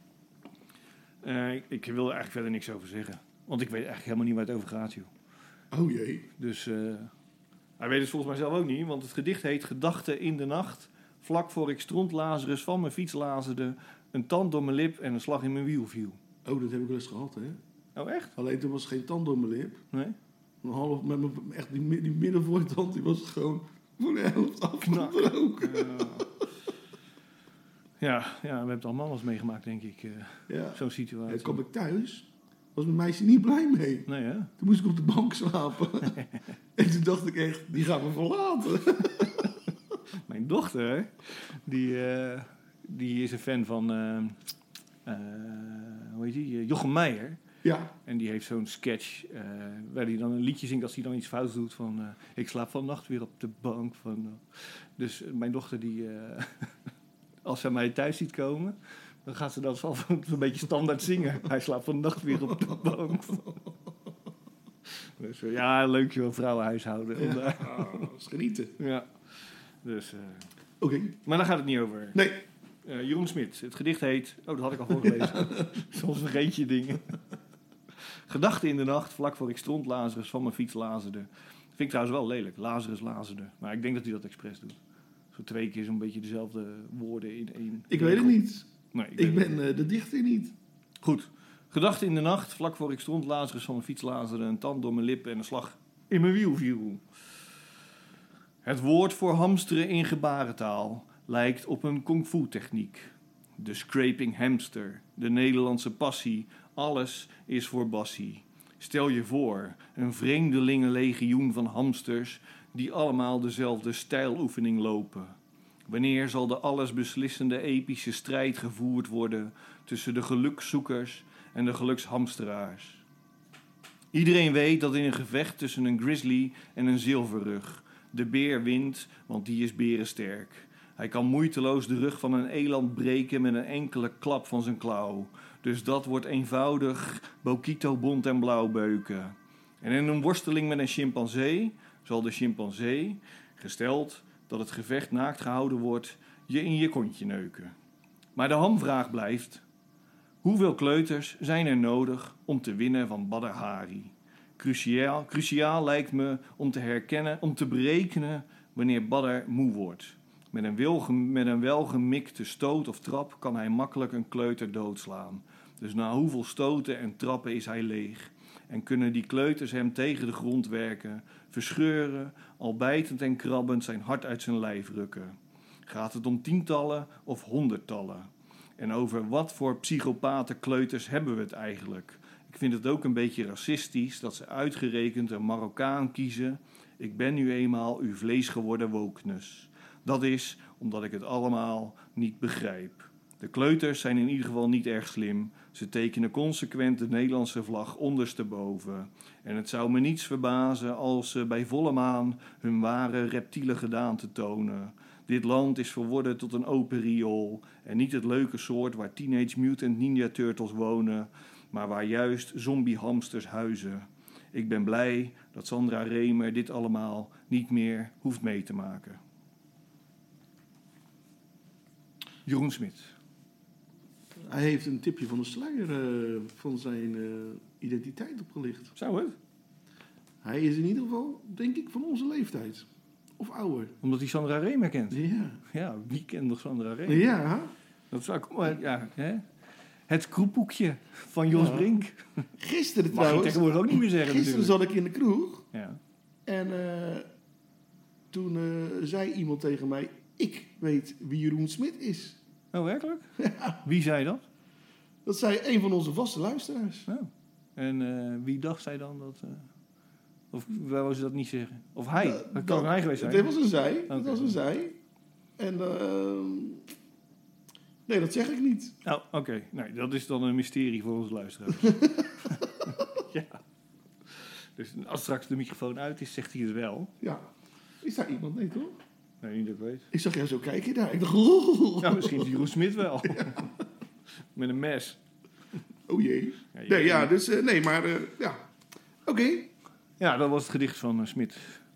Ik wil er eigenlijk verder niks over zeggen. Want ik weet eigenlijk helemaal niet waar het over gaat, joh. Oh jee. Dus hij weet het volgens mij zelf ook niet. Want het gedicht heet Gedachten in de nacht. Vlak voor ik stront Lazarus van mijn fiets lazerde. Een tand door mijn lip en een slag in mijn wiel viel. Oh, dat heb ik wel eens gehad, hè? Oh, echt? Alleen toen was geen tand door mijn lip. Nee? Een half, met mijn, echt die middenvoortand, die was gewoon voor de helft afgebroken. Ja, we hebben het allemaal eens meegemaakt, denk ik. Ja. Zo'n situatie. En toen kwam ik thuis, was mijn meisje niet blij mee. Nee, hè? Toen moest ik op de bank slapen. En toen dacht ik echt, die gaat me verlaten. Mijn dochter, die is een fan van, hoe heet die? Jochem Meijer. Ja. En die heeft zo'n sketch waar hij dan een liedje zingt als hij dan iets fout doet van... ik slaap vannacht weer op de bank. Dus mijn dochter die... als ze mij thuis ziet komen, dan gaat ze dat een beetje standaard zingen. Hij slaapt vannacht weer op de bank. Dus ja, leuk joh, vrouwenhuishouden. Ja, dat is genieten. Ja. Dus, Oké. maar daar gaat het niet over. Nee. Jeroen Smit. Het gedicht heet... Oh, dat had ik al voorgelezen. Soms vergeet je dingen. Gedachten in de nacht, vlak voor ik stront Lazarus van mijn fiets lazerde. Vind ik trouwens wel lelijk. Lazarus lazerde. Maar ik denk dat hij dat expres doet. Zo 2 keer zo'n beetje dezelfde woorden in één. Ik weet het niet. Nee, Ik ben de dichter niet. Goed. Gedachten in de nacht, vlak voor ik stront Lazarus van mijn fiets lazerde. Een tand door mijn lip en een slag in mijn wiel viel. Het woord voor hamsteren in gebarentaal lijkt op een kung-fu techniek. De scraping hamster, de Nederlandse passie, alles is voor Bassie. Stel je voor, een vreemdelingenlegioen van hamsters die allemaal dezelfde stijloefening lopen. Wanneer zal de allesbeslissende epische strijd gevoerd worden tussen de gelukszoekers en de gelukshamsteraars? Iedereen weet dat in een gevecht tussen een grizzly en een zilverrug de beer wint, want die is berensterk. Hij kan moeiteloos de rug van een eland breken met een enkele klap van zijn klauw. Dus dat wordt eenvoudig Bokito bont en blauw beuken. En in een worsteling met een chimpansee zal de chimpansee, gesteld dat het gevecht naakt gehouden wordt, je in je kontje neuken. Maar de hamvraag blijft: hoeveel kleuters zijn er nodig om te winnen van Badr Hari? Cruciaal lijkt me om te berekenen wanneer Badr moe wordt. Met een welgemikte stoot of trap kan hij makkelijk een kleuter doodslaan. Dus na hoeveel stoten en trappen is hij leeg. En kunnen die kleuters hem tegen de grond werken, verscheuren, al bijtend en krabbend zijn hart uit zijn lijf rukken. Gaat het om tientallen of honderdtallen? En over wat voor psychopaten kleuters hebben we het eigenlijk? Ik vind het ook een beetje racistisch dat ze uitgerekend een Marokkaan kiezen. Ik ben nu eenmaal uw vlees geworden wokeness. Dat is omdat ik het allemaal niet begrijp. De kleuters zijn in ieder geval niet erg slim. Ze tekenen consequent de Nederlandse vlag ondersteboven. En het zou me niets verbazen als ze bij volle maan hun ware reptiele gedaante tonen. Dit land is verworden tot een open riool. En niet het leuke soort waar Teenage Mutant Ninja Turtles wonen, maar waar juist zombiehamsters huizen. Ik ben blij dat Sandra Remer dit allemaal niet meer hoeft mee te maken. Jeroen Smit. Hij heeft een tipje van de sluier van zijn identiteit opgelicht. Zou het? Hij is in ieder geval, denk ik, van onze leeftijd. Of ouder. Omdat hij Sandra Remer kent. Ja. Ja, wie kent nog Sandra Remer? Ja. Dat zou ik... Maar, ja, hè? Het kroephoekje van Jos Ja. Brink. Gisteren Mag je trouwens. tegenwoordig ook niet meer zeggen Gisteren natuurlijk. zat ik in de kroeg. Ja. En toen zei iemand tegen mij... Ik weet wie Jeroen Smit is. Oh, werkelijk? Wie zei dat? Dat zei een van onze vaste luisteraars. Oh. En wie dacht zij dan dat... of waar wou ze dat niet zeggen? Of hij? Dat kan ook hij geweest zijn. Het was een zij. Het Oké. was een zij. En... nee, dat zeg ik niet. Oh, oké. Nee, dat is dan een mysterie voor onze luisteraars. Ja. Dus als straks de microfoon uit is, zegt hij het wel. Ja. Is daar iemand? Nee, toch? Nee, niet dat ik weet. Ik zag jou zo kijken daar. Ik dacht... Oh, Ja, misschien is Jeroen Smit wel. Met een mes. oh jee. Ja, Nee, ja, dus... nee, maar... ja. Oké. Ja, dat was het gedicht van Smit.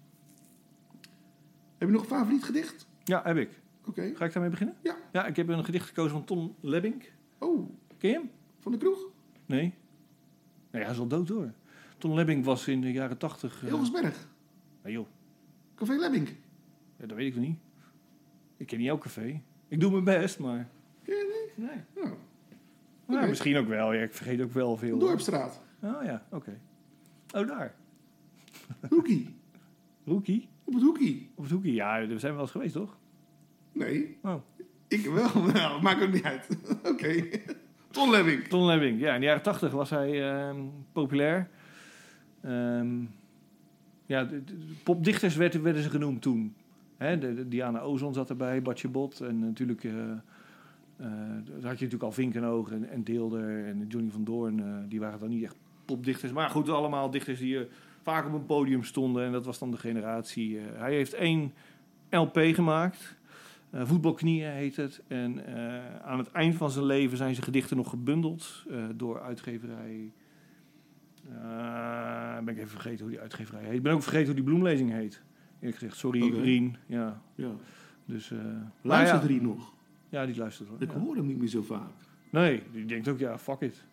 Heb je nog een favoriet gedicht? Ja, heb ik. Oké. Ga ik daarmee beginnen? Ja. Ja, ik heb een gedicht gekozen van Ton Lebbink. Oh, Ken je hem? van de kroeg? Nee. Nee, hij is al dood hoor. Ton Lebbink was in de jaren 80... Hilgersberg. Nee joh, Café Lemming. ja, dat weet ik nog niet. Ik ken niet elk café. Ik doe mijn best, maar... Ken je die? Nee. Oh. Ja, Oké. misschien ook wel. Ja, ik vergeet ook wel veel. Dorpstraat. Oh ja, oké. Oh, daar. Hoekie. Hoekie? Op het hoekie. Of het hoekie? Ja, daar zijn we wel eens geweest, toch? Nee. Oh. Ik wel. Nou, maakt ook niet uit. Oké. Ton Lemming. Ton Lebbink. Ja, in de jaren 80 was hij populair. Ja, de popdichters werden ze genoemd toen. Hè, de Diana Ozon zat erbij, Bartje Bot. En natuurlijk... daar had je natuurlijk al Vinkenoog en Deelder en Johnny van Doorn. Die waren dan niet echt popdichters. Maar goed, allemaal dichters die vaak op een podium stonden. En dat was dan de generatie. Hij heeft 1 LP gemaakt. Voetbalknieën heet het. En aan het eind van zijn leven zijn zijn gedichten nog gebundeld. Door uitgeverij... ben ik even vergeten hoe die uitgeverij heet. Ik ben ook vergeten hoe die bloemlezing heet. Eerlijk gezegd. Sorry, Oké. Rien. Ja, Ja. dus... Luistert maar ja, er hier nog? Ja, die luistert hoor. Ik Ja. hoor hem niet meer zo vaak. Nee, die denkt ook, ja, fuck it.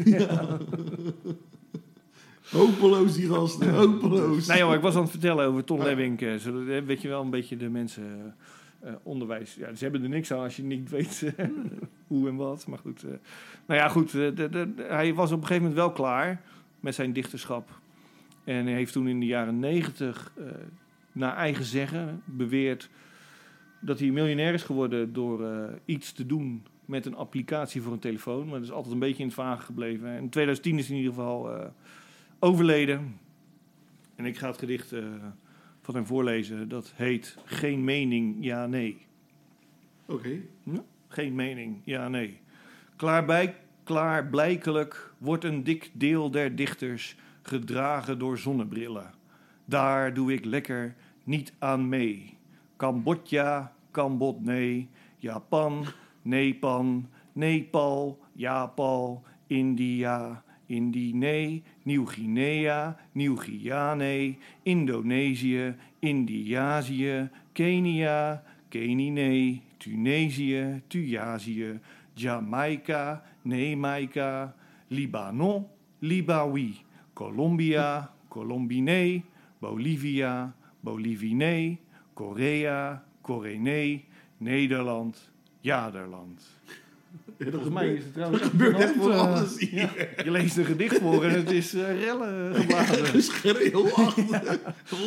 Hopeloos die gasten. Hopeloos. Nee, maar ik was aan het vertellen over Ton Lebbink. Weet je wel, een beetje de mensen onderwijs. Ja, ze hebben er niks aan als je niet weet hoe en wat. Maar goed. Nou ja, goed. Hij was op een gegeven moment wel klaar met zijn dichterschap. En hij heeft toen in de jaren 90, naar eigen zeggen, beweerd dat hij miljonair is geworden door iets te doen met een applicatie voor een telefoon. Maar dat is altijd een beetje in het vage gebleven. En in 2010 is hij in ieder geval overleden. En ik ga het gedicht van hem voorlezen. Dat heet Geen mening, ja, nee. Oké. Ja? Geen mening, ja, nee. Klaarblijkelijk wordt een dik deel der dichters gedragen door zonnebrillen. Daar doe ik lekker niet aan mee. Cambodja, Cambod, nee. Japan, Nepan, Nepal, Japal, India, Indie, Nieuw-Guinea, Nieuw-Guiane, Indonesië, Indiazië, Kenia, Kenine, Tunesië, Tuyazië, Jamaica, Nemaika, Libanon, Libawi, Colombia, Colombine, Bolivia, Bolivine, Korea, Corene, Nederland, Jaderland. Ja, Volgens mij is het trouwens... er gebeurt echt voor alles hier. Ja, je leest een gedicht voor en het is rellen geblazen. Geschreeuw achter.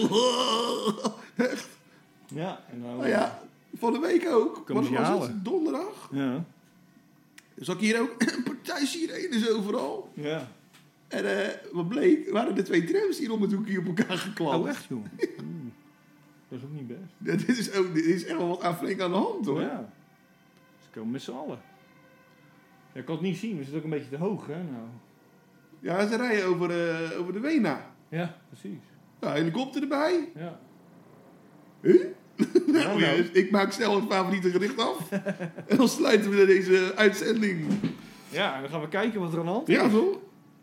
Ja, en nou... Nou ja, van de week ook. Kom ze Wat was halen. het? Donderdag. Ja. Zag ik hier ook een partij sirenes overal. Ja. En wat bleek, waren de 2 trams hier om het hoekje op elkaar geklapt. Oh, echt, joh? Dat is ook niet best. Ja, dit is echt wel wat aan flink aan de hand, hoor. Ja. Ze komen met z'n allen. Ja, ik kan het niet zien, we zitten ook een beetje te hoog, hè? Nou. Ja, ze rijden over de Wena. Ja, precies. Ja, helikopter erbij. Ja. Huh? Nou, nou. Ik maak snel het favoriete gedicht af. En dan sluiten we deze uitzending. Ja, en dan gaan we kijken wat er aan de hand is. Ja, toch?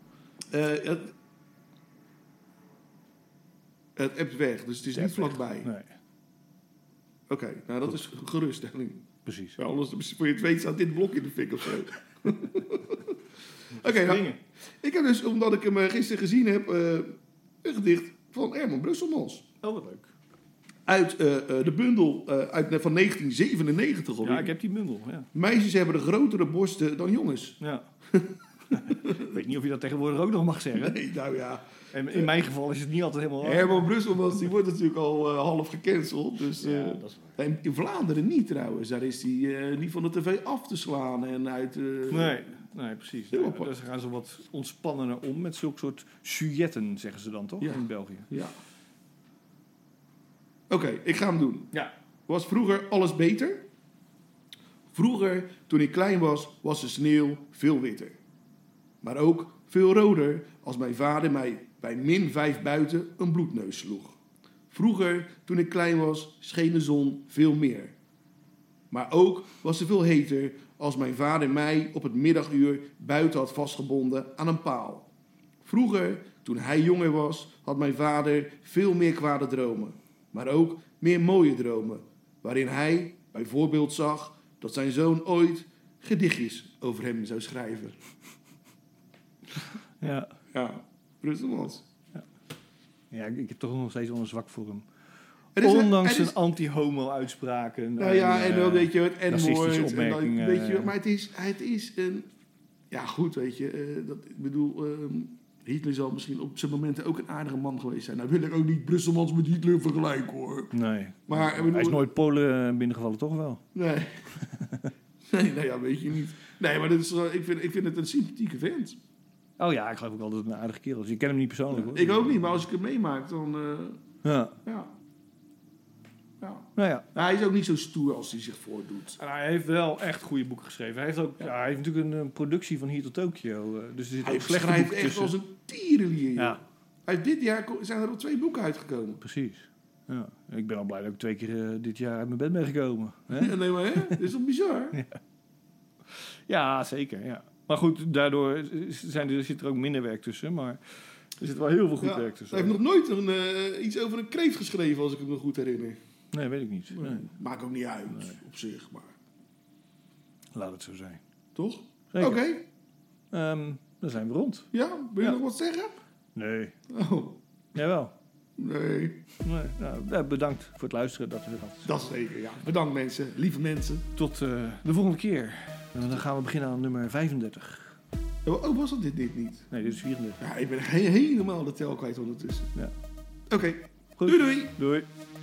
Het appt weg, dus het is niet vlakbij. Nee, Oké, nou dat is geruststelling. precies. Ja, anders voor je het weet staat dit blok in de fik of zo. Oké, nou, ik heb dus, omdat ik hem gisteren gezien heb, een gedicht van Herman Brusselmans. Oh, wat leuk. uit de bundel van 1997 alweer. Ja, ik heb die bundel. Ja. Meisjes hebben de grotere borsten dan jongens. Ja. Ik weet niet of je dat tegenwoordig ook nog mag zeggen. Nee, nou ja. En in mijn geval is het niet altijd helemaal waar. Herman Brusselmans, die wordt natuurlijk al half gecanceld. Dus, Ja, dat is waar. en in Vlaanderen niet trouwens. Daar is hij niet van de tv af te slaan. En uit, Nee, precies. Heel Nee, apart. dus gaan ze wat ontspannender om met zulke soort sujetten, zeggen ze dan toch, Ja. in België. Ja. Oké, ik ga hem doen. Ja. Was vroeger alles beter? Vroeger, toen ik klein was, was de sneeuw veel witter. Maar ook veel roder als mijn vader mij bij -5 buiten een bloedneus sloeg. Vroeger, toen ik klein was, scheen de zon veel meer. Maar ook was ze veel heter als mijn vader mij op het middaguur buiten had vastgebonden aan een paal. Vroeger, toen hij jonger was, had mijn vader veel meer kwade dromen. Maar ook meer mooie dromen, waarin hij bijvoorbeeld zag dat zijn zoon ooit gedichtjes over hem zou schrijven. Ja. Ja, Brusselmans. Ja, ik heb toch nog steeds wel een zwak voor hem. Er is- Ondanks er is- zijn anti-homo-uitspraken. Nou ja, en dan weet je het racistische N-woord. en dan opmerkingen. weet je, maar het is een... Ja, goed, weet je. Ik bedoel, Hitler zal misschien op zijn momenten ook een aardige man geweest zijn. Nou wil ik ook niet Brusselmans met Hitler vergelijken, hoor. Nee. Maar, ik bedoel- Hij is nooit Polen binnengevallen, toch wel? Nee. Nee, nou ja, weet je niet. Nee, maar dat is, ik vind het een sympathieke vent. Oh ja, ik geloof ook wel dat het een aardige kerel is. Ik ken hem niet persoonlijk, hoor. Ik ook niet, maar als ik hem meemaak, dan... Ja. ja. Ja. Nou ja. Nou, hij is ook niet zo stoer als hij zich voordoet. En hij heeft wel echt goede boeken geschreven. Hij heeft, ook, hij heeft natuurlijk een productie van hier tot Tokio. Dus er zitten Hij ook slechte schrijft boeken echt tussen. als een tierenlier. Ja, Uit dit jaar zijn er al 2 boeken uitgekomen. precies. Ja. Ik ben al blij dat ik 2 keer dit jaar uit mijn bed ben gekomen. Hè? Ja, nee, maar hè? Dat is toch bizar? Ja, zeker. Ja. Maar goed, daardoor zit er ook minder werk tussen. Maar er zit wel heel veel goed Ja, werk hij tussen. heeft nog nooit iets over een kreeft geschreven, als ik me goed herinner. Nee, weet ik niet. Nee. Maakt ook niet uit, op zich, maar... Laat het zo zijn. Toch? Zeker. Oké. Dan zijn we rond. Ja? Wil je Ja. nog wat zeggen? Nee. Oh, Jawel. nee. Nee. Nou, bedankt voor het luisteren. Dat we dat. Dat zeker, ja. Bedankt mensen, lieve mensen. Tot de volgende keer. En dan gaan we beginnen aan nummer 35. Oh, was dat dit niet? Nee, dit is 34. Ja, ik ben helemaal de tel kwijt ondertussen. Ja. Oké. Goed. Doei doei! Doei.